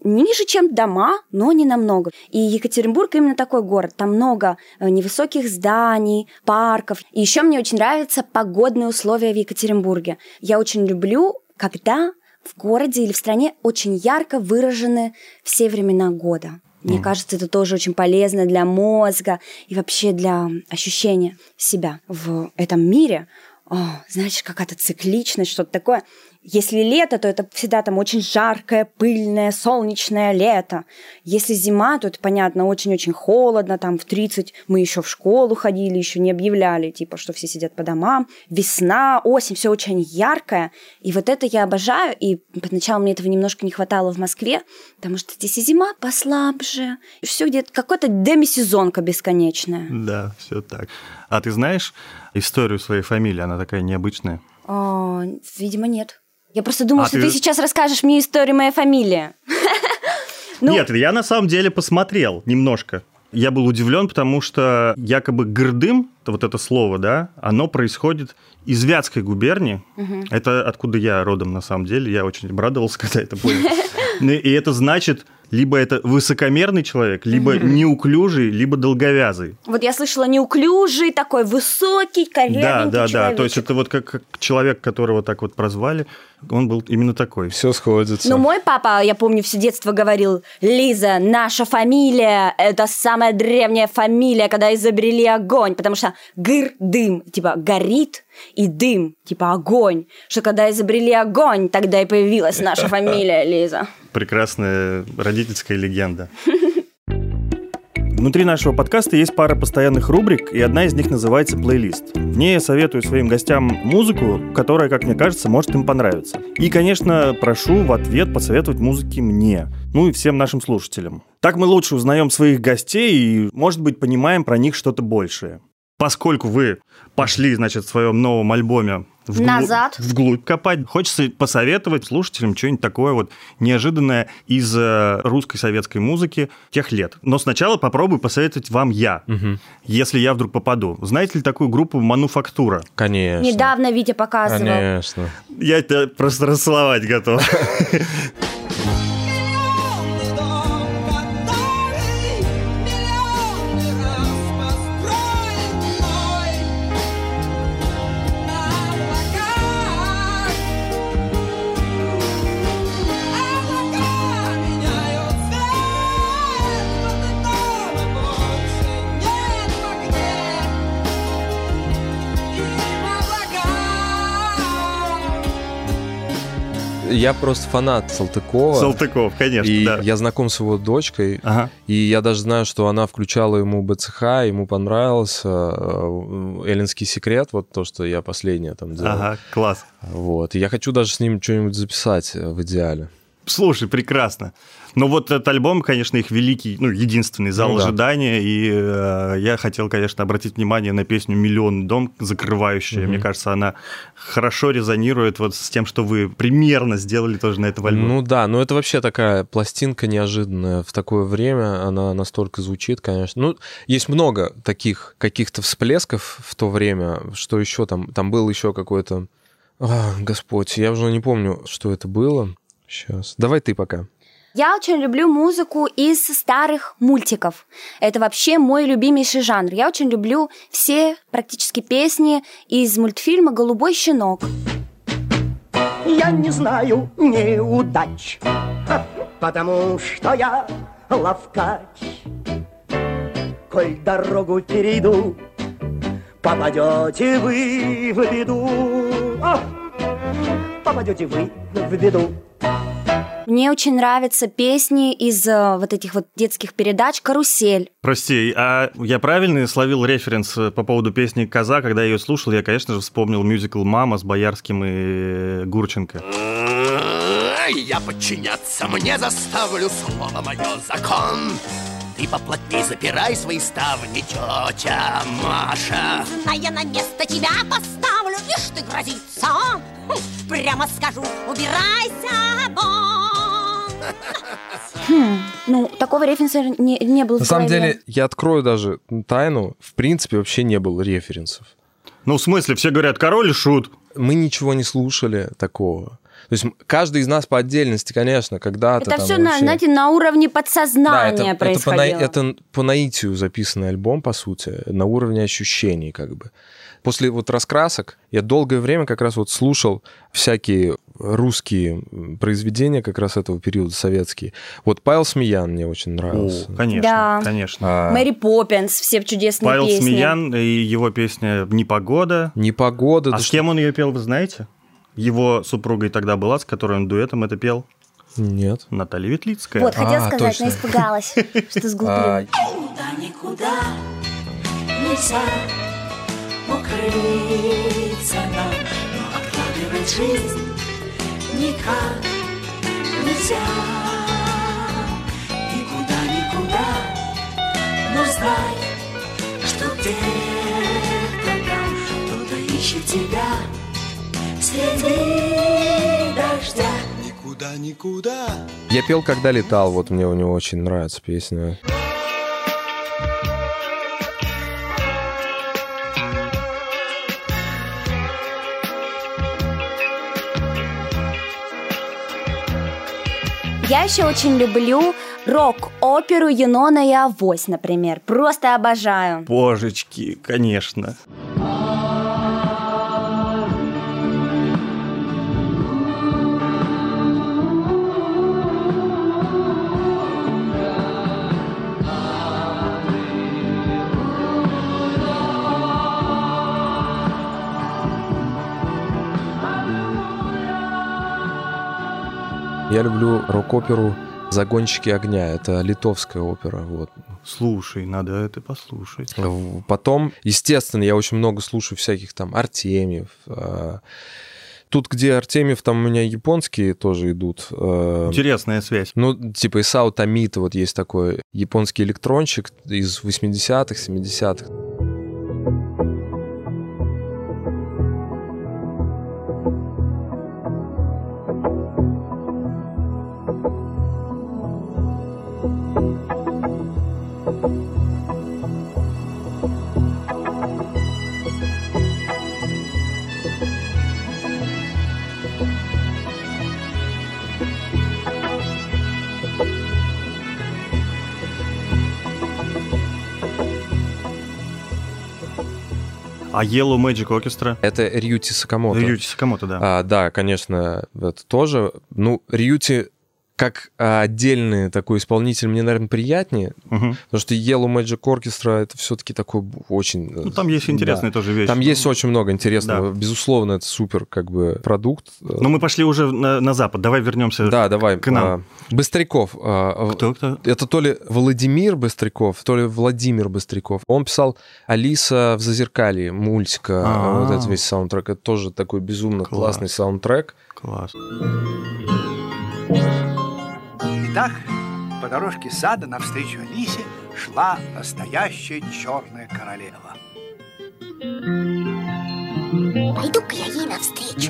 ниже, чем дома, но не намного. И Екатеринбург именно такой город. Там много невысоких зданий, парков. И еще мне очень нравятся погодные условия в Екатеринбурге. Я очень люблю, когда в городе или в стране очень ярко выражены все времена года. Мне кажется, это тоже очень полезно для мозга и вообще для ощущения себя в этом мире. Знаешь, какая-то цикличность, что-то такое. Если лето, то это всегда там очень жаркое, пыльное, солнечное лето. Если зима, то это, понятно, очень-очень холодно. Там в 30 мы еще в школу ходили, еще не объявляли, типа, что все сидят по домам. Весна, осень, все очень яркое. И вот это я обожаю. И поначалу мне этого немножко не хватало в Москве, потому что здесь и зима послабже. И все где-то какая-то демисезонка бесконечная. Да, все так. А ты знаешь историю своей фамилии? Она такая необычная. Видимо, нет. Я просто думала, что ты сейчас расскажешь мне историю моей фамилии. Нет, я на самом деле посмотрел немножко. Я был удивлен, потому что якобы Гырдым, вот это слово, да, оно происходит из Вятской губернии. Это откуда я родом, на самом деле. Я очень обрадовался, когда это понял. И это значит, либо это высокомерный человек, либо неуклюжий, либо долговязый. Вот я слышала неуклюжий, такой высокий, корявенький человечек. Да. То есть это вот как человек, которого так вот прозвали, он был именно такой. Все сходится. Ну, мой папа, я помню, все детство говорил: Лиза, наша фамилия – это самая древняя фамилия, когда изобрели огонь, потому что Гырдым, типа горит, и дым, типа огонь, что когда изобрели огонь, тогда и появилась наша фамилия, Лиза. Прекрасная родительская легенда. Внутри нашего подкаста есть пара постоянных рубрик, и одна из них называется «Плейлист». В ней я советую своим гостям музыку, которая, как мне кажется, может им понравиться. И, конечно, прошу в ответ посоветовать музыки мне, ну и всем нашим слушателям. Так мы лучше узнаем своих гостей и, может быть, понимаем про них что-то большее. Поскольку вы пошли, значит, в своем новом альбоме вглубь копать, хочется посоветовать слушателям что-нибудь такое вот неожиданное из русской советской музыки тех лет. Но сначала попробую посоветовать вам я, если я вдруг попаду. Знаете ли такую группу «Мануфактура»? Конечно. Недавно Витя показывал. Конечно. Я это просто расцеловать готов. Я просто фанат Салтыкова. Салтыков, конечно, и да. Я знаком с его дочкой, и я даже знаю, что она включала ему БЦХ, ему понравился «Эллинский секрет», вот то, что я последнее там делал. Ага, класс. Вот, и я хочу даже с ним что-нибудь записать в идеале. Слушай, прекрасно. Ну вот этот альбом, конечно, их великий, ну, единственный зал ожидания, и я хотел, конечно, обратить внимание на песню «Миллионный дом», закрывающая. Мне кажется, она хорошо резонирует вот с тем, что вы примерно сделали тоже на этом альбоме. Ну да, но это вообще такая пластинка неожиданная в такое время, она настолько звучит, конечно. Ну, есть много таких каких-то всплесков в то время, что еще там был еще какой-то... Господь, я уже не помню, что это было. Сейчас. Давай ты пока. Я очень люблю музыку из старых мультиков. Это вообще мой любимейший жанр. Я очень люблю все практически песни из мультфильма «Голубой щенок». Я не знаю неудач, потому что я ловкач. Коль дорогу перейду, попадете вы в беду. Попадете вы в беду. Мне очень нравятся песни из вот этих вот детских передач «Карусель». Прости, а я правильно словил референс по поводу песни «Коза», когда я ее слушал, я, конечно же, вспомнил мюзикл «Мама» с Боярским и Гурченко. Я подчиняться мне заставлю, слово мое закон. Ты поплотней запирай свои ставни, тетя Маша. Я на место тебя поставлю, ишь ты грозится. Прямо скажу, убирайся, Ну, такого референса не было. На самом деле, я открою даже тайну, в принципе, вообще не было референсов. Ну, в смысле, все говорят «Король и Шут». Мы ничего не слушали такого. То есть каждый из нас по отдельности, конечно, когда-то... Это там все, вообще... знаете, на уровне подсознания происходило. Это по наитию записанный альбом, по сути, на уровне ощущений как бы. После вот «Раскрасок» я долгое время как раз вот слушал всякие русские произведения как раз этого периода, советские. Вот Павел Смеян мне очень нравился. О, конечно, Да. конечно. Мэри Поппинс, все чудесные Павел песни. Смеян и его песня «Непогода». «Непогода». А с кем он ее пел, вы знаете? Его супругой тогда была, с которой он дуэтом это пел. Нет. Наталья Ветлицкая. Вот, хотела сказать, точно. но испугалась, что сглупила. Никуда нельзя укрыться нам, но откладывать жизнь никак нельзя. Никуда, но знай, что где-то там кто-то ищет тебя среди дождя. Никуда. Я пел «Когда летал», вот мне у него очень нравится песня. Я еще очень люблю рок-оперу «Юнона и Авось», например. Просто обожаю. Божечки, конечно. Я люблю рок-оперу «Загонщики огня». Это литовская опера. Вот. Слушай, надо это послушать. Потом, естественно, я очень много слушаю всяких там Артемьев. Тут, где Артемьев, там у меня японские тоже идут. Интересная связь. Ну, типа Исао Томита, вот есть такой японский электронщик из 80-х, 70-х. А Yellow Magic Orchestra? Это Рьюти Сакамото. Рьюти Сакамото, да. Да, конечно, это тоже. Ну, Рьюти как отдельный такой исполнитель мне, наверное, приятнее, потому что Yellow Magic Orchestra — это все-таки такой очень... Ну, там есть интересные тоже вещи. Там есть очень много интересного. Да. Безусловно, это супер как бы продукт. Но мы пошли уже на запад. Давай вернемся давай. К нам. Быстряков. Кто? Это то ли Владимир Быстряков, то ли Владимир Быстряков. Он писал «Алиса в Зазеркалье», мультика, вот этот весь саундтрек. Это тоже такой безумно классный саундтрек. Класс. Итак, по дорожке сада навстречу Алисе шла настоящая черная королева. Пойду-ка я ей навстречу.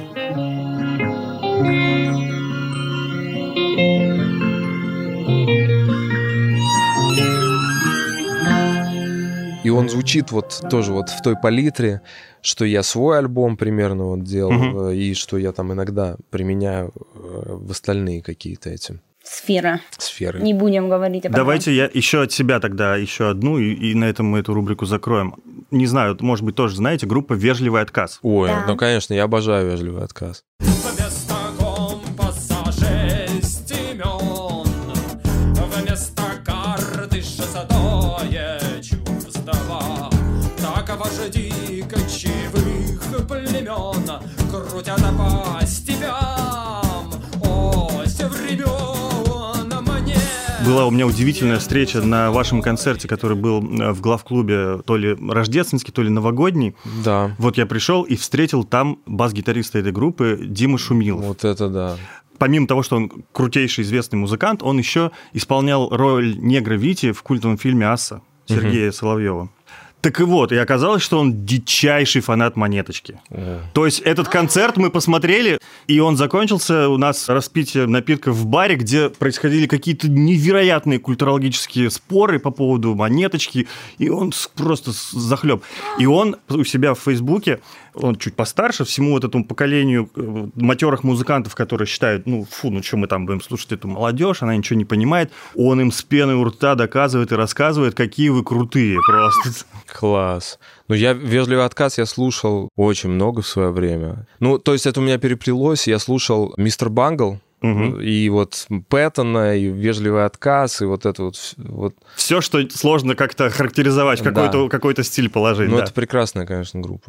И он звучит вот тоже вот в той палитре, что я свой альбом примерно вот делал, и что я там иногда применяю в остальные какие-то эти Сферы. сферы. Не будем говорить об этом. Давайте я еще от себя тогда еще одну, и на этом мы эту рубрику закроем. Не знаю, может быть, тоже знаете, группа «Вежливый отказ». Ой, Да. ну, конечно, я обожаю «Вежливый отказ». Вместо компаса 6 имен, вместо карты шестое чувство. Так вожди кочевых племен крутят по степям ось времен мне. Была у меня удивительная встреча на вашем концерте, который был в главклубе то ли рождественский, то ли новогодний. Да. Вот я пришел и встретил там бас-гитариста этой группы Дима Шумилов. Вот это да. Помимо того, что он крутейший известный музыкант, он еще исполнял роль негра Вити в культовом фильме «Асса» Сергея Соловьева. Так и вот, и оказалось, что он дичайший фанат «Монеточки». То есть этот концерт мы посмотрели, и он закончился у нас распитием напитков в баре, где происходили какие-то невероятные культурологические споры по поводу «Монеточки», и он просто захлеб. И он у себя в Фейсбуке он чуть постарше, всему вот этому поколению матерых музыкантов, которые считают, что мы там будем слушать эту молодежь, она ничего не понимает, он им с пеной у рта доказывает и рассказывает, какие вы крутые просто. Класс. Я «Вежливый отказ» я слушал очень много в свое время. То есть это у меня переплелось, я слушал «Мистер Бангл», и вот Пэттона, и «Вежливый отказ», и вот это вот. Все, что сложно как-то характеризовать, какой-то стиль положить. Это прекрасная, конечно, группа.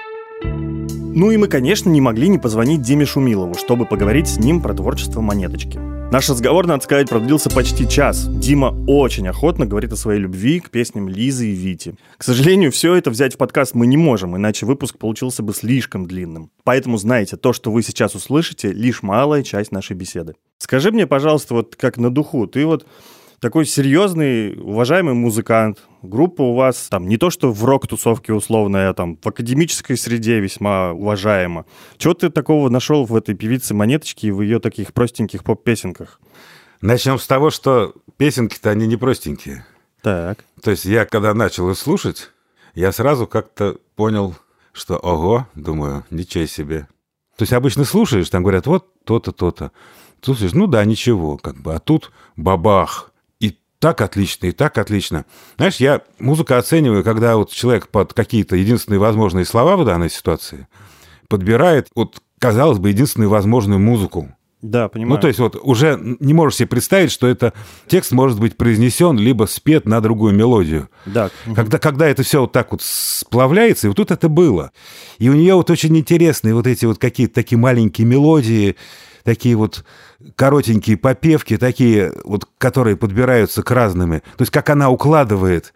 И мы, конечно, не могли не позвонить Диме Шумилову, чтобы поговорить с ним про творчество «Монеточки». Наш разговор, надо сказать, продлился почти час. Дима очень охотно говорит о своей любви к песням Лизы и Вити. К сожалению, все это взять в подкаст мы не можем, иначе выпуск получился бы слишком длинным. Поэтому знайте, то, что вы сейчас услышите, лишь малая часть нашей беседы. Скажи мне, пожалуйста, вот как на духу, ты вот такой серьезный, уважаемый музыкант. Группа у вас там не то что в рок-тусовке условная, а там в академической среде весьма уважаема. Чего ты такого нашел в этой певице Монеточки и в ее таких простеньких поп-песенках? Начнем с того, что песенки-то они не простенькие. Так. То есть я, когда начал их слушать, я сразу как-то понял, что ого, думаю, ничего себе. То есть обычно слушаешь, там говорят, вот то-то, то-то. Слушаешь, ничего, а тут бабах. Так отлично, и так отлично. Знаешь, я музыку оцениваю, когда вот человек под какие-то единственные возможные слова в данной ситуации подбирает, казалось бы, единственную возможную музыку. Да, понимаю. То есть уже не можешь себе представить, что это текст может быть произнесен, либо спет на другую мелодию. Да. Когда это все вот так вот сплавляется, и вот тут это было. И у нее очень интересные вот эти вот какие-то такие маленькие мелодии, такие вот коротенькие попевки, такие вот, которые подбираются к разными. То есть как она укладывает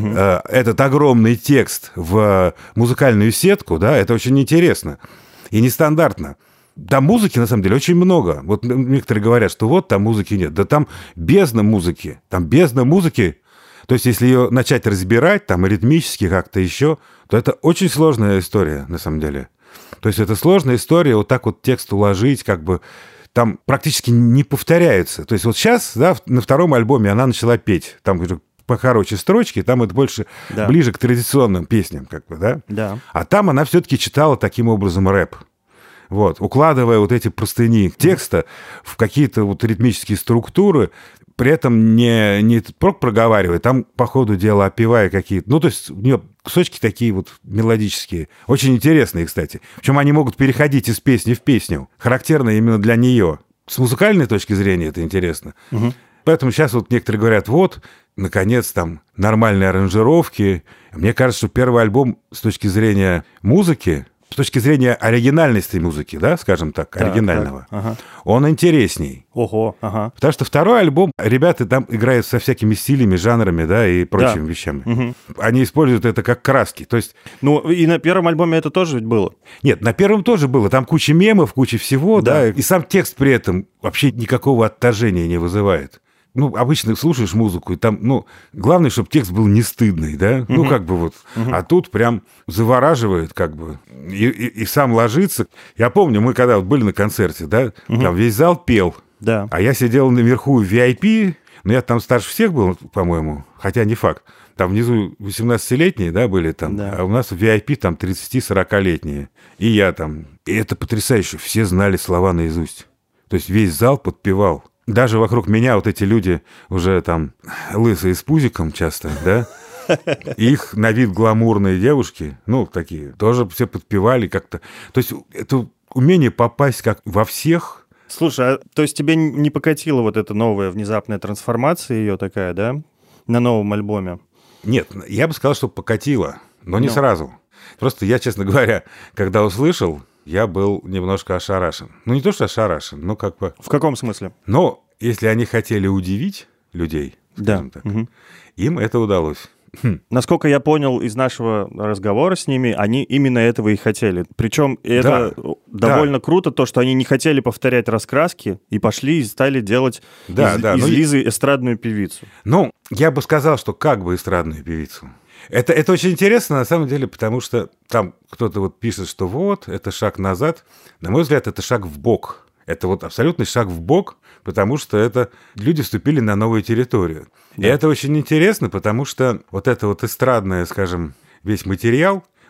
этот огромный текст в музыкальную сетку, да, это очень интересно и нестандартно. Там музыки, на самом деле, очень много. Вот некоторые говорят, что там музыки нет. Да там бездна музыки. Там бездна музыки. То есть если ее начать разбирать, там ритмически как-то еще, то это очень сложная история, на самом деле. То есть это сложная история, вот так вот текст уложить, там практически не повторяются. То есть вот сейчас, да, на втором альбоме она начала петь, там покороче строчки, там это больше ближе к традиционным песням, да? Да. А там она все-таки читала таким образом рэп. Укладывая вот эти простыни текста в какие-то вот ритмические структуры, при этом не проговаривая, там по ходу дела опевая какие-то... то есть у нее кусочки такие вот мелодические, очень интересные, кстати. Причем они могут переходить из песни в песню, характерно именно для нее. С музыкальной точки зрения это интересно. Поэтому сейчас некоторые говорят, наконец, там нормальные аранжировки. Мне кажется, что первый альбом с точки зрения музыки, с точки зрения оригинальности музыки, да, скажем так, оригинального, он интересней. Ого, ага. Потому что второй альбом, ребята там играют со всякими стилями, жанрами, да, и прочими вещами. Они используют это как краски, то есть... и на первом альбоме это тоже ведь было? Нет, на первом тоже было. Там куча мемов, куча всего, да, и сам текст при этом вообще никакого отторжения не вызывает. Обычно слушаешь музыку, и там, главное, чтобы текст был не стыдный, да, а тут прям завораживает, и сам ложится. Я помню, мы когда были на концерте, да, там весь зал пел, а я сидел наверху в VIP, я там старше всех был, по-моему, хотя не факт. Там внизу 18-летние, да, были там, а у нас в VIP там 30-40-летние. И я там, и это потрясающе, все знали слова наизусть. То есть весь зал подпевал. Даже вокруг меня вот эти люди уже там лысые с пузиком часто, да, их на вид гламурные девушки, такие, тоже все подпевали как-то. То есть это умение попасть как во всех. Слушай, то есть тебе не покатила вот эта новая внезапная трансформация ее такая, да, на новом альбоме? Нет, я бы сказал, что покатила, но не сразу. Просто я, честно говоря, когда услышал, я был немножко ошарашен. Не то, что ошарашен, но В каком смысле? Если они хотели удивить людей, скажем так, им это удалось. Насколько я понял из нашего разговора с ними, они именно этого и хотели. Причем это довольно круто, то, что они не хотели повторять раскраски и пошли и стали делать из Лизы эстрадную певицу. Я бы сказал, что эстрадную певицу. Это очень интересно, на самом деле, потому что там кто-то пишет, что это шаг назад. На мой взгляд, это шаг вбок. Это абсолютный шаг вбок, потому что это люди вступили на новую территорию. Да. И это очень интересно, потому что это эстрадное, скажем, весь материал,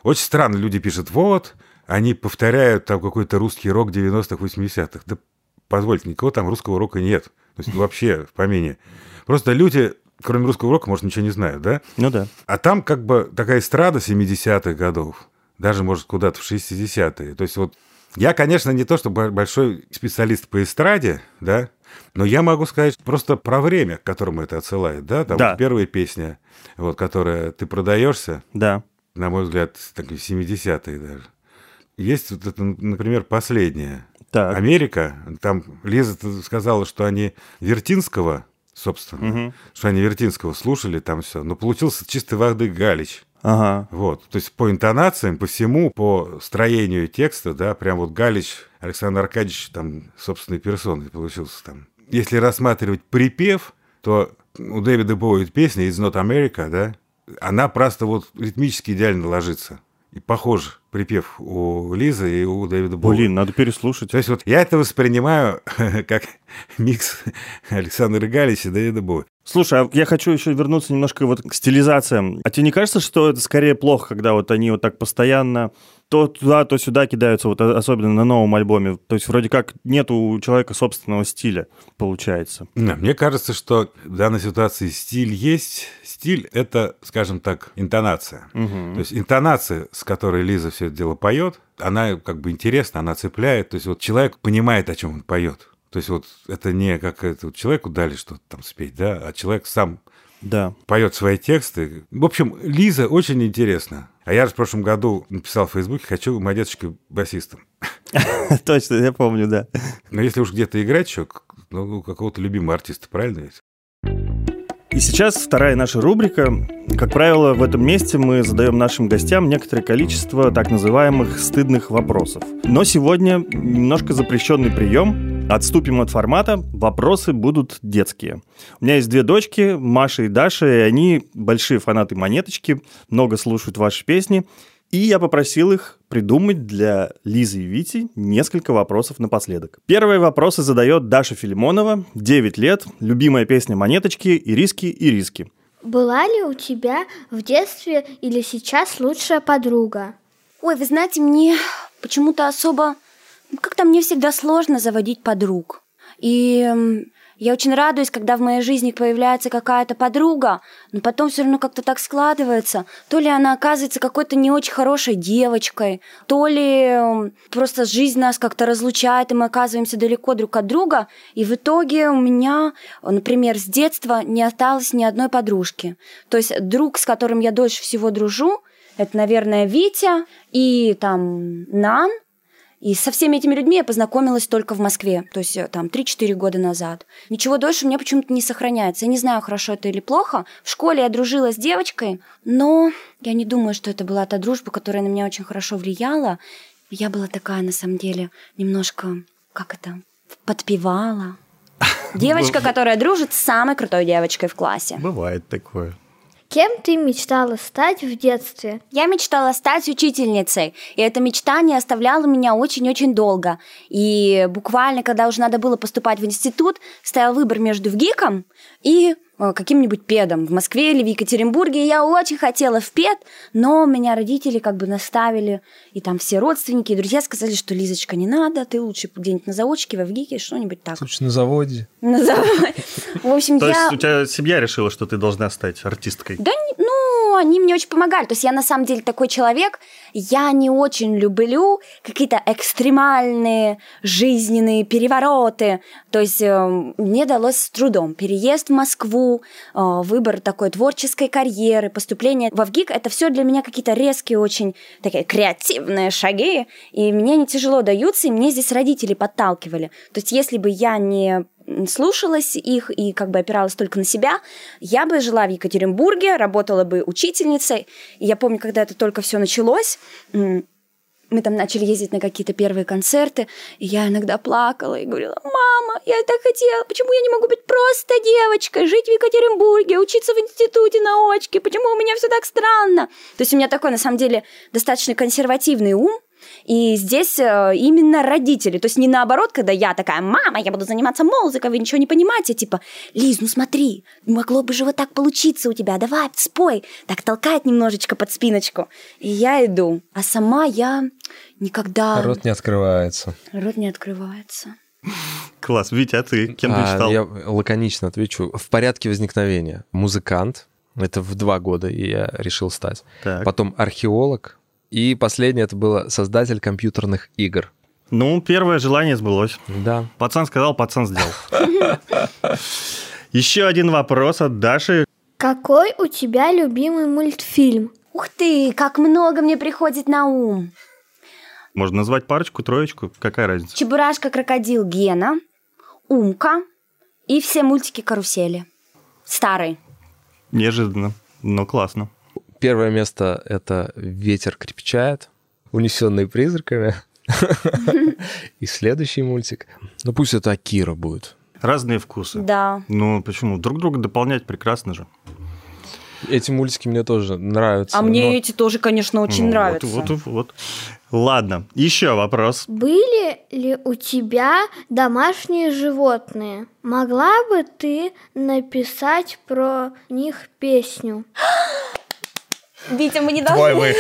Очень странно, люди пишут, вот, они повторяют там какой-то русский рок 90-х, 80-х. Да позвольте, никакого там русского рока нет. То есть вообще в помине. Просто люди, кроме русского рока, может, ничего не знают, да? Ну да. А там как бы такая эстрада 70-х годов, даже, может, куда-то в 60-е. То есть вот я, конечно, не то, чтобы большой специалист по эстраде, да, но я могу сказать просто про время, к которому это отсылает, да? Там вот первая песня, вот, которая «Ты продаешься», да. На мой взгляд, такие 70-е даже. Есть вот это, например, последняя. Так. «Америка». Там Лиза сказала, что они Вертинского, собственно, что они Вертинского слушали, там все. Но получился чистой воды Галич. Ага. Вот. То есть по интонациям, по всему, по строению текста, да, прям вот Галич, Александр Аркадьевич, там, собственной персоной получился там. Если рассматривать припев, то у Дэвида Боуи песня «It's not America», да, она просто вот ритмически идеально ложится. И похож припев у Лизы и у Дэвида Боуи. Блин, надо переслушать. То есть вот я это воспринимаю как микс Александра Галича и Дэвида Боуи. Слушай, а я хочу еще вернуться немножко вот к стилизациям. А тебе не кажется, что это скорее плохо, когда вот они вот так постоянно то туда, то сюда кидаются, вот особенно на новом альбоме? То есть вроде как нет у человека собственного стиля, получается. Мне кажется, что в данной ситуации стиль есть. Стиль — это, скажем так, интонация. То есть интонация, с которой Лиза все это дело поет, она как бы интересна, она цепляет. То есть вот человек понимает, о чем он поет. То есть вот это не как это, вот человеку дали что-то там спеть, да, а человек сам поет свои тексты. В общем, Лиза очень интересна. А я же в прошлом году написал в Фейсбуке, хочу модеточкой басистом. Точно, я помню, да. Но если уж где-то играть еще, ну, какого-то любимого артиста, правильно ведь? И сейчас вторая наша рубрика. Как правило, в этом месте мы задаем нашим гостям некоторое количество так называемых стыдных вопросов. Но сегодня немножко запрещенный прием. Отступим от формата. Вопросы будут детские. У меня есть две дочки, Маша и Даша, и они большие фанаты «Монеточки», много слушают ваши песни. И я попросил их придумать для Лизы и Вити несколько вопросов напоследок. Первые вопросы задает Даша Филимонова, 9 лет, любимая песня «Монеточки», «Ириски, Ириски». Была ли у тебя в детстве или сейчас лучшая подруга? Ой, вы знаете, мне почему-то особо... Как-то мне всегда сложно заводить подруг. И я очень радуюсь, когда в моей жизни появляется какая-то подруга, но потом все равно как-то так складывается. То ли она оказывается какой-то не очень хорошей девочкой, то ли просто жизнь нас как-то разлучает, и мы оказываемся далеко друг от друга. И в итоге у меня, например, с детства не осталось ни одной подружки. То есть друг, с которым я дольше всего дружу, это, наверное, Витя и там Нан. И со всеми этими людьми я познакомилась только в Москве, то есть там 3-4 года назад. Ничего дольше у меня почему-то не сохраняется. Я не знаю, хорошо это или плохо. В школе я дружила с девочкой, но я не думаю, что это была та дружба, которая на меня очень хорошо влияла. Я была такая, на самом деле, немножко, подпевала. Девочка, которая дружит с самой крутой девочкой в классе. Бывает такое. Кем ты мечтала стать в детстве? Я мечтала стать учительницей, и эта мечта не оставляла меня очень-очень долго. И буквально, когда уже надо было поступать в институт, стоял выбор между ВГИКом и каким-нибудь педом в Москве или в Екатеринбурге. И я очень хотела в пед, но меня родители наставили, и там все родственники и друзья сказали, что Лизочка, не надо, ты лучше где-нибудь на заводчике, во ВГИКе, что-нибудь так. Слушай, на заводе. На заводе. В общем, То есть у тебя семья решила, что ты должна стать артисткой? Да, они мне очень помогали. То есть я на самом деле такой человек, я не очень люблю какие-то экстремальные жизненные перевороты. То есть мне далось с трудом. Переезд в Москву, выбор такой творческой карьеры, поступление во ВГИК — это все для меня какие-то резкие, очень такие креативные шаги, и мне они тяжело даются, и мне здесь родители подталкивали. То есть если бы я не слушалась их и опиралась только на себя, я бы жила в Екатеринбурге, работала бы учительницей. И я помню, когда это только все началось, мы там начали ездить на какие-то первые концерты, и я иногда плакала и говорила: мама, я так хотела, почему я не могу быть просто девочкой, жить в Екатеринбурге, учиться в институте на очке, почему у меня все так странно? То есть у меня такой, на самом деле, достаточно консервативный ум, И здесь именно родители. То есть не наоборот, когда я такая: мама, я буду заниматься музыкой, вы ничего не понимаете. Типа: Лиз, ну смотри, могло бы же вот так получиться у тебя, давай, спой. Так толкает немножечко под спиночку. И я иду. А сама я никогда... Рот не открывается. Рот не открывается. Класс. Витя, а ты кем ты читал? Я лаконично отвечу. В порядке возникновения. Музыкант. Это в 2 года, и я решил стать. Так. Потом археолог. И последнее это было создатель компьютерных игр. Ну, первое желание сбылось. Да. Пацан сказал, пацан сделал. Еще один вопрос от Даши. Какой у тебя любимый мультфильм? Ух ты, как много мне приходит на ум. Можно назвать парочку, троечку? Какая разница? Чебурашка, крокодил Гена, Умка и все мультики карусели. Старые. Неожиданно, но классно. Первое место — это «Ветер крепчает», «Унесенные призраками». И следующий мультик. Ну, пусть это Акира будет. Разные вкусы. Да. Ну, почему? Друг друга дополнять прекрасно же. Эти мультики мне тоже нравятся. А мне эти тоже, конечно, очень нравятся. Вот. Ладно, еще вопрос. Были ли у тебя домашние животные? Могла бы ты написать про них песню? Витя, мы не должны... Твой выход.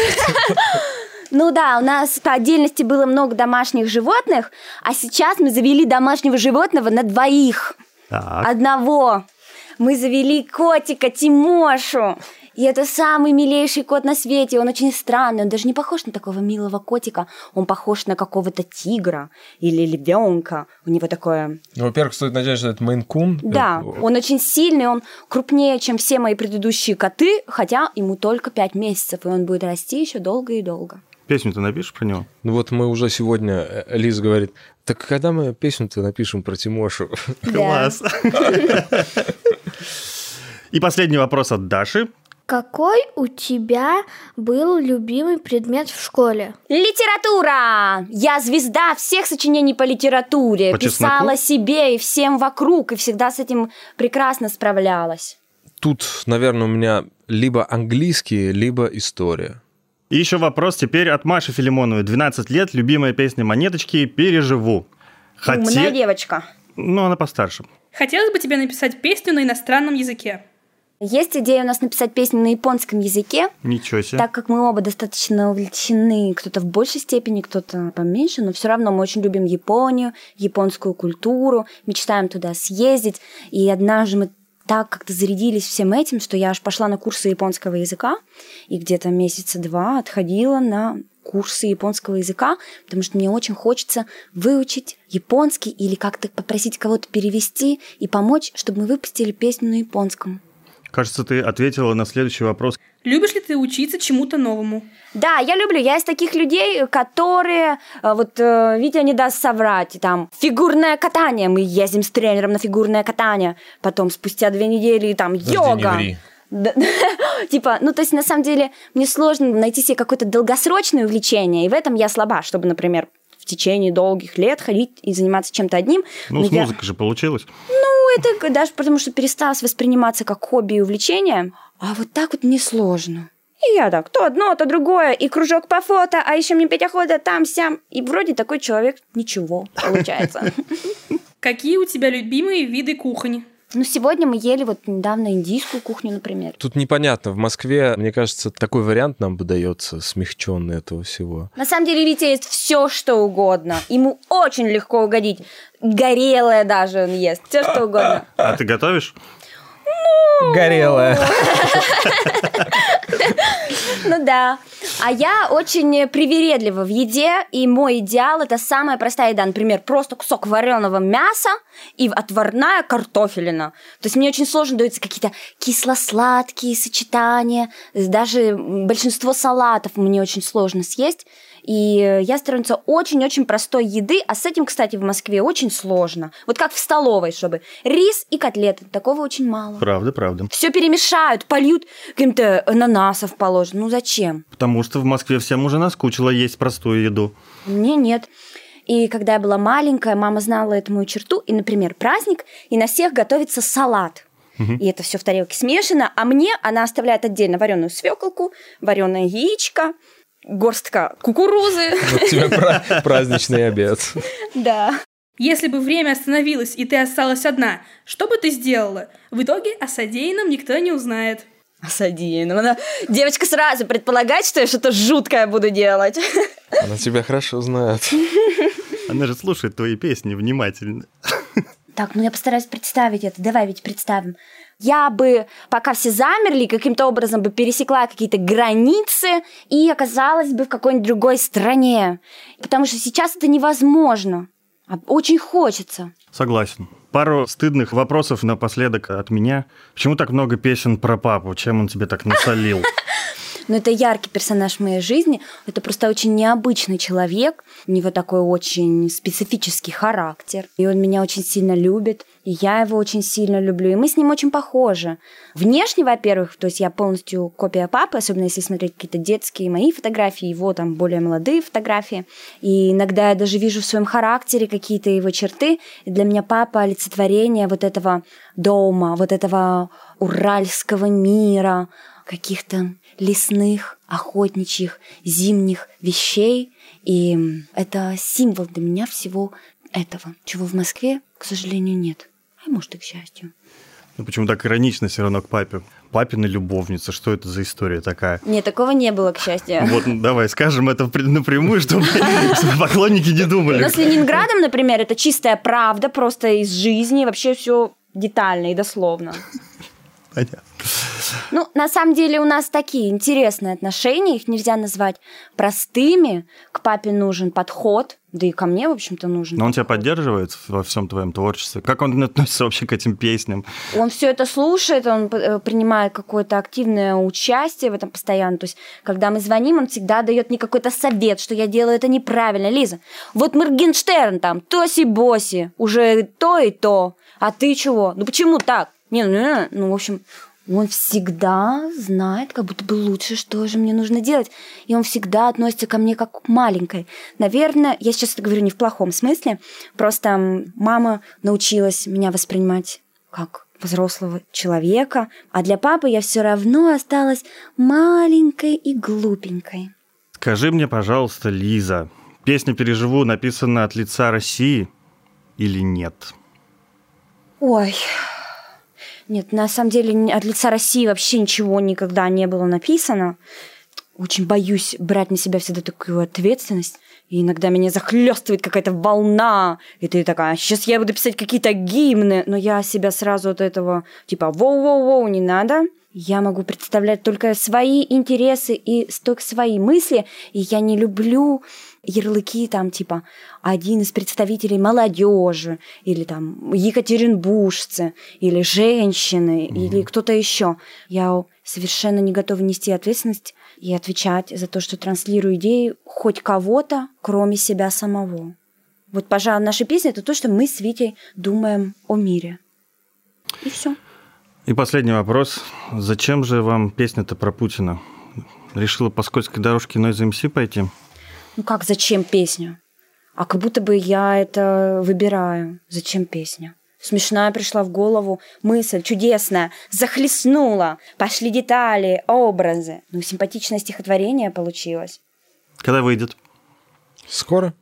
Ну да, у нас по отдельности было много домашних животных, а сейчас мы завели домашнего животного на 2. Так. Одного. Мы завели котика Тимошу. И это самый милейший кот на свете. Он очень странный. Он даже не похож на такого милого котика. Он похож на какого-то тигра или львенка. У него такое... Ну, во-первых, стоит начать, что это Мейн-кун. Да, он очень сильный, он крупнее, чем все мои предыдущие коты, хотя ему только 5 месяцев, и он будет расти еще долго и долго. Песню ты напишешь про него? Ну вот мы уже сегодня, Лиза говорит, так когда мы песню-то напишем про Тимошу? Класс. И последний вопрос от Даши. Какой у тебя был любимый предмет в школе? Литература! Я звезда всех сочинений по литературе. По Писала чесноку? себе и всем вокруг, и всегда с этим прекрасно справлялась. Тут, наверное, у меня либо английский, либо история. И еще вопрос теперь от Маши Филимоновой. 12 лет, любимая песня «Монеточки» «Переживу». Умная девочка. Ну, она постарше. Хотелось бы тебе написать песню на иностранном языке. Есть идея у нас написать песню на японском языке. Ничего себе. Так как мы оба достаточно увлечены, кто-то в большей степени, кто-то поменьше, но все равно мы очень любим Японию, японскую культуру, мечтаем туда съездить. И однажды мы так как-то зарядились всем этим, что я аж пошла на курсы японского языка и где-то 2 месяца отходила на курсы японского языка, потому что мне очень хочется выучить японский или как-то попросить кого-то перевести и помочь, чтобы мы выпустили песню на японском. Кажется, ты ответила на следующий вопрос. Любишь ли ты учиться чему-то новому? Да, я люблю. Я из таких людей, которые, Витя не даст соврать, там, фигурное катание. Мы ездим с тренером на фигурное катание. Потом, спустя 2 недели, там, йога. Типа, то есть, на самом деле, мне сложно найти себе какое-то долгосрочное увлечение, и в этом я слаба, чтобы, например, в течение долгих лет ходить и заниматься чем-то одним. Ну, с музыкой же получилось. Это даже потому, что пересталось восприниматься как хобби и увлечение, а вот так вот мне сложно. И я так, то одно, то другое, и кружок по фото, а еще мне петь охота там-сям. И вроде такой человек ничего получается. Какие у тебя любимые виды кухни? Сегодня мы ели недавно индийскую кухню, например. Тут непонятно. В Москве, мне кажется, такой вариант нам выдается, смягченный этого всего. На самом деле, Витя ест все, что угодно. Ему очень легко угодить. Горелое даже он ест. Все, что угодно. А ты готовишь? Горелое. Ну да. А я очень привередлива в еде, и мой идеал – это самая простая еда. Например, просто кусок вареного мяса и отварная картофелина. То есть мне очень сложно даются какие-то кисло-сладкие сочетания. Даже большинство салатов мне очень сложно съесть. И я сторонница очень-очень простой еды, а с этим, кстати, в Москве очень сложно. Вот как в столовой, чтобы рис и котлеты. Такого очень мало. Правда. Все перемешают, польют каким-то ананасов положено. Зачем? Потому что в Москве всем уже наскучило есть простую еду. Мне нет. И когда я была маленькая, мама знала эту мою черту. И, например, праздник, и на всех готовится салат. И это все в тарелке смешано. А мне она оставляет отдельно вареную свеколку, вареное яичко горстка кукурузы. Вот тебе праздничный обед. Да. Если бы время остановилось, и ты осталась одна, что бы ты сделала? В итоге о содеянном никто не узнает. О содеянном. Девочка сразу предполагает, что я что-то жуткое буду делать. Она тебя хорошо знает. Она же слушает твои песни внимательно. Так, я постараюсь представить это. Давай ведь представим. Я бы, пока все замерли, каким-то образом бы пересекла какие-то границы и оказалась бы в какой-нибудь другой стране. Потому что сейчас это невозможно. А очень хочется. Согласен. Пару стыдных вопросов напоследок от меня. Почему так много песен про папу? Чем он тебе так насолил? Но это яркий персонаж в моей жизни. Это просто очень необычный человек. У него такой очень специфический характер. И он меня очень сильно любит. И я его очень сильно люблю. И мы с ним очень похожи. Внешне, во-первых, то есть я полностью копия папы, особенно если смотреть какие-то детские мои фотографии, его там более молодые фотографии. И иногда я даже вижу в своем характере какие-то его черты. И для меня папа — олицетворение вот этого дома, вот этого уральского мира, каких-то лесных, охотничьих, зимних вещей. И это символ для меня всего этого, чего в Москве, к сожалению, нет. А может, и к счастью. Почему так иронично все равно к папе? Папина любовница, что это за история такая? Нет, такого не было, к счастью. Вот, давай скажем это напрямую, чтобы поклонники не думали. Но с Ленинградом, например, это чистая правда, просто из жизни, вообще все детально и дословно. Понятно. На самом деле у нас такие интересные отношения, их нельзя назвать простыми. К папе нужен подход, да и ко мне, в общем-то, нужен. Но он тебя поддерживает во всем твоем творчестве? Как он относится вообще к этим песням? Он все это слушает, он принимает какое-то активное участие в этом постоянно. То есть, когда мы звоним, он всегда дает мне какой-то совет, что я делаю это неправильно. Лиза, вот Моргенштерн там, тоси-боси, уже то и то. А ты чего? Почему так? В общем, он всегда знает, как будто бы лучше, что же мне нужно делать. И он всегда относится ко мне как к маленькой. Наверное, я сейчас это говорю не в плохом смысле, просто мама научилась меня воспринимать как взрослого человека, а для папы я все равно осталась маленькой и глупенькой. Скажи мне, пожалуйста, Лиза, песня «Переживу» написана от лица России или нет? Ой... Нет, на самом деле от лица России вообще ничего никогда не было написано. Очень боюсь брать на себя всегда такую ответственность. И иногда меня захлестывает какая-то волна. И ты такая, сейчас я буду писать какие-то гимны. Но я себя сразу от этого типа воу-воу-воу, не надо. Я могу представлять только свои интересы и только свои мысли. И я не люблю ярлыки там типа один из представителей молодежи или там екатеринбуржцы или женщины или кто-то еще. Я совершенно не готова нести ответственность и отвечать за то, что транслирую идеи хоть кого-то, кроме себя самого. Вот, пожалуй, наши песни — это то, что мы с Витей думаем о мире. И все. И последний вопрос. Зачем же вам песня-то про Путина? Решила по скользкой дорожке Noise MC пойти? Как зачем песня? А как будто бы я это выбираю. Зачем песня? Смешная пришла в голову мысль, чудесная, захлестнула. Пошли детали, образы. Симпатичное стихотворение получилось. Когда выйдет? Скоро.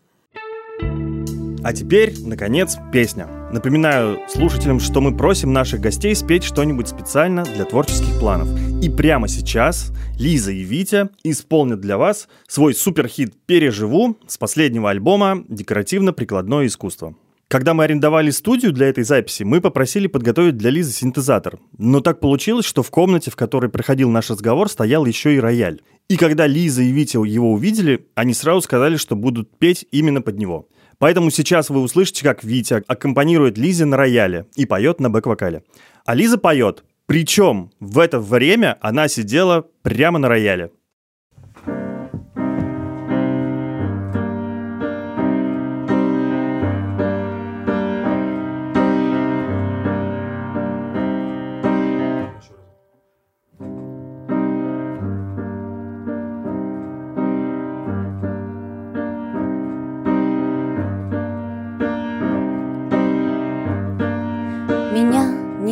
А теперь, наконец, песня. Напоминаю слушателям, что мы просим наших гостей спеть что-нибудь специально для творческих планов. И прямо сейчас Лиза и Витя исполнят для вас свой суперхит «Переживу» с последнего альбома «Декоративно-прикладное искусство». Когда мы арендовали студию для этой записи, мы попросили подготовить для Лизы синтезатор. Но так получилось, что в комнате, в которой проходил наш разговор, стоял еще и рояль. И когда Лиза и Витя его увидели, они сразу сказали, что будут петь именно под него. Поэтому сейчас вы услышите, как Витя аккомпанирует Лизе на рояле и поет на бэк-вокале. А Лиза поет. Причем в это время она сидела прямо на рояле.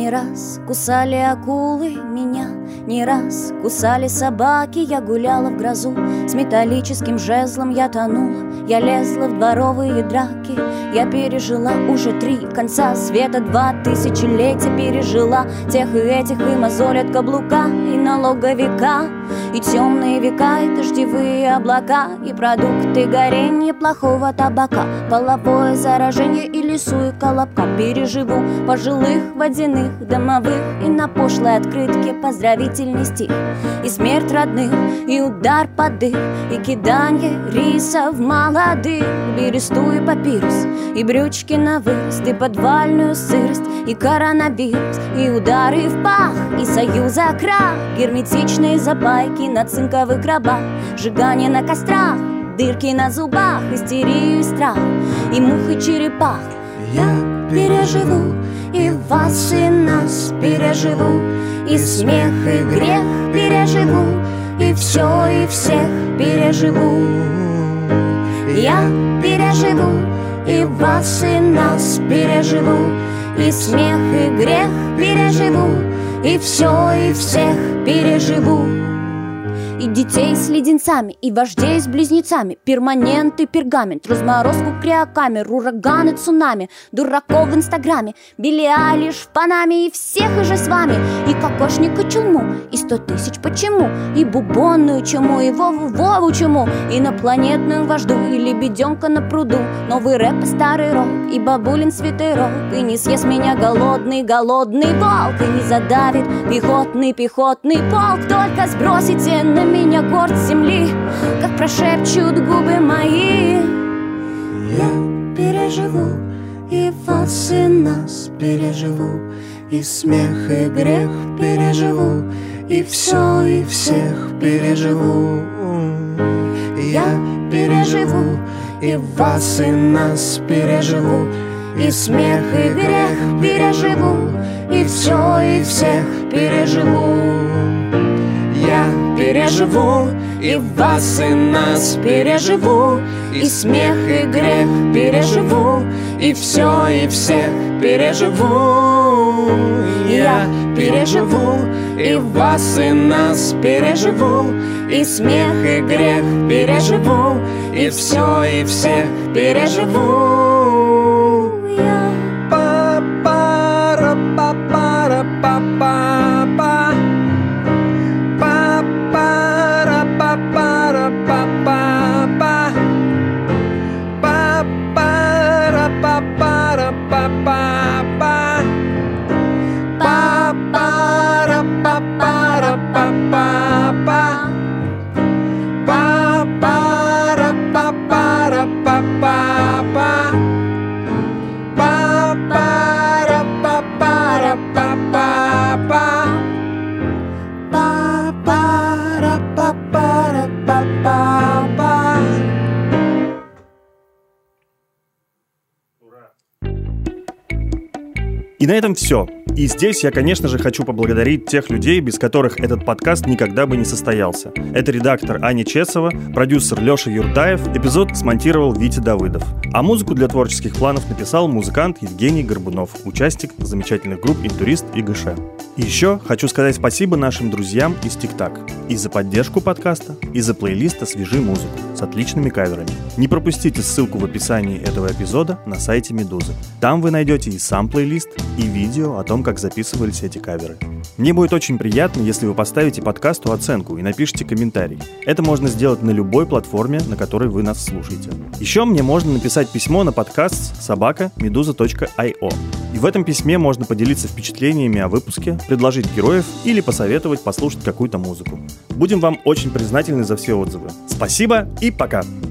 не раз кусали акулы меня, не раз кусали собаки. Я гуляла в грозу, с металлическим жезлом я тонула. Я лезла в дворовые драки, я пережила уже 3 конца света, 2 тысячелетия пережила. Тех и этих и мозоль от каблука, и налоговика, и темные века, и дождевые облака, и продукты горения плохого табака, половое заражение и лесу и колобка. Переживу пожилых, водяных, домовых, и на пошлой открытке поздравительный стих, и смерть родных, и удар под дых, и киданье риса в молодых, бересту и папирус, и брючки на вырост, и подвальную сырость, и коронавирус, и удары в пах, и союза крах, герметичные забайки на цинковых гробах, сжигание на кострах, дырки на зубах, истерию и страх, и мух и черепах. Я переживу и вас, и нас переживу, и смех, и грех переживу, и все, и всех переживу. Я переживу и вас, и нас переживу, и смех, и грех переживу, и все, и всех переживу. И детей с леденцами, и вождей с близнецами, перманент и пергамент, разморозку криокамер, ураганы, цунами, дураков в инстаграме, Билли Айлиш в Панаме, и всех и же с вами, и кокошника чуму, и 100 тысяч почему, и бубонную чуму, и Вову чуму, инопланетную вожду, и лебеденка на пруду, новый рэп и старый рок, и бабулин свитерок, и не съест меня голодный волк, и не задавит пехотный полк, только сбросите на меня горсть земли, как прошепчут губы мои. Я переживу и вас, и нас переживу, и смех, и грех переживу, и все, и всех переживу. Я переживу и вас, и нас переживу, и смех, и грех переживу, и все, и всех переживу. Я переживу и вас, и нас переживу, и смех, и грех переживу, и все, и всех переживу. Я переживу и вас, и нас переживу, и смех, и грех переживу, и все, и всех переживу. Я па-па-ра-па-па-ра-па-па-па. И на этом все. И здесь я, конечно же, хочу поблагодарить тех людей, без которых этот подкаст никогда бы не состоялся. Это редактор Аня Чесова, продюсер Леша Юртаев, эпизод смонтировал Витя Давыдов. А музыку для творческих планов написал музыкант Евгений Горбунов, участник замечательных групп «Интурист» и ГШ. И еще хочу сказать спасибо нашим друзьям из ТикТак. И за поддержку подкаста, и за плейлист «Освежи музыку» с отличными каверами. Не пропустите ссылку в описании этого эпизода на сайте Медузы. Там вы найдете и сам плейлист, и видео о том, как записывались эти каверы. Мне будет очень приятно, если вы поставите подкасту оценку и напишите комментарий. Это можно сделать на любой платформе, на которой вы нас слушаете. Еще мне можно написать письмо на подкаст @meduza.io. И в этом письме можно поделиться впечатлениями о выпуске, предложить героев или посоветовать послушать какую-то музыку. Будем вам очень признательны за все отзывы. Спасибо и пока!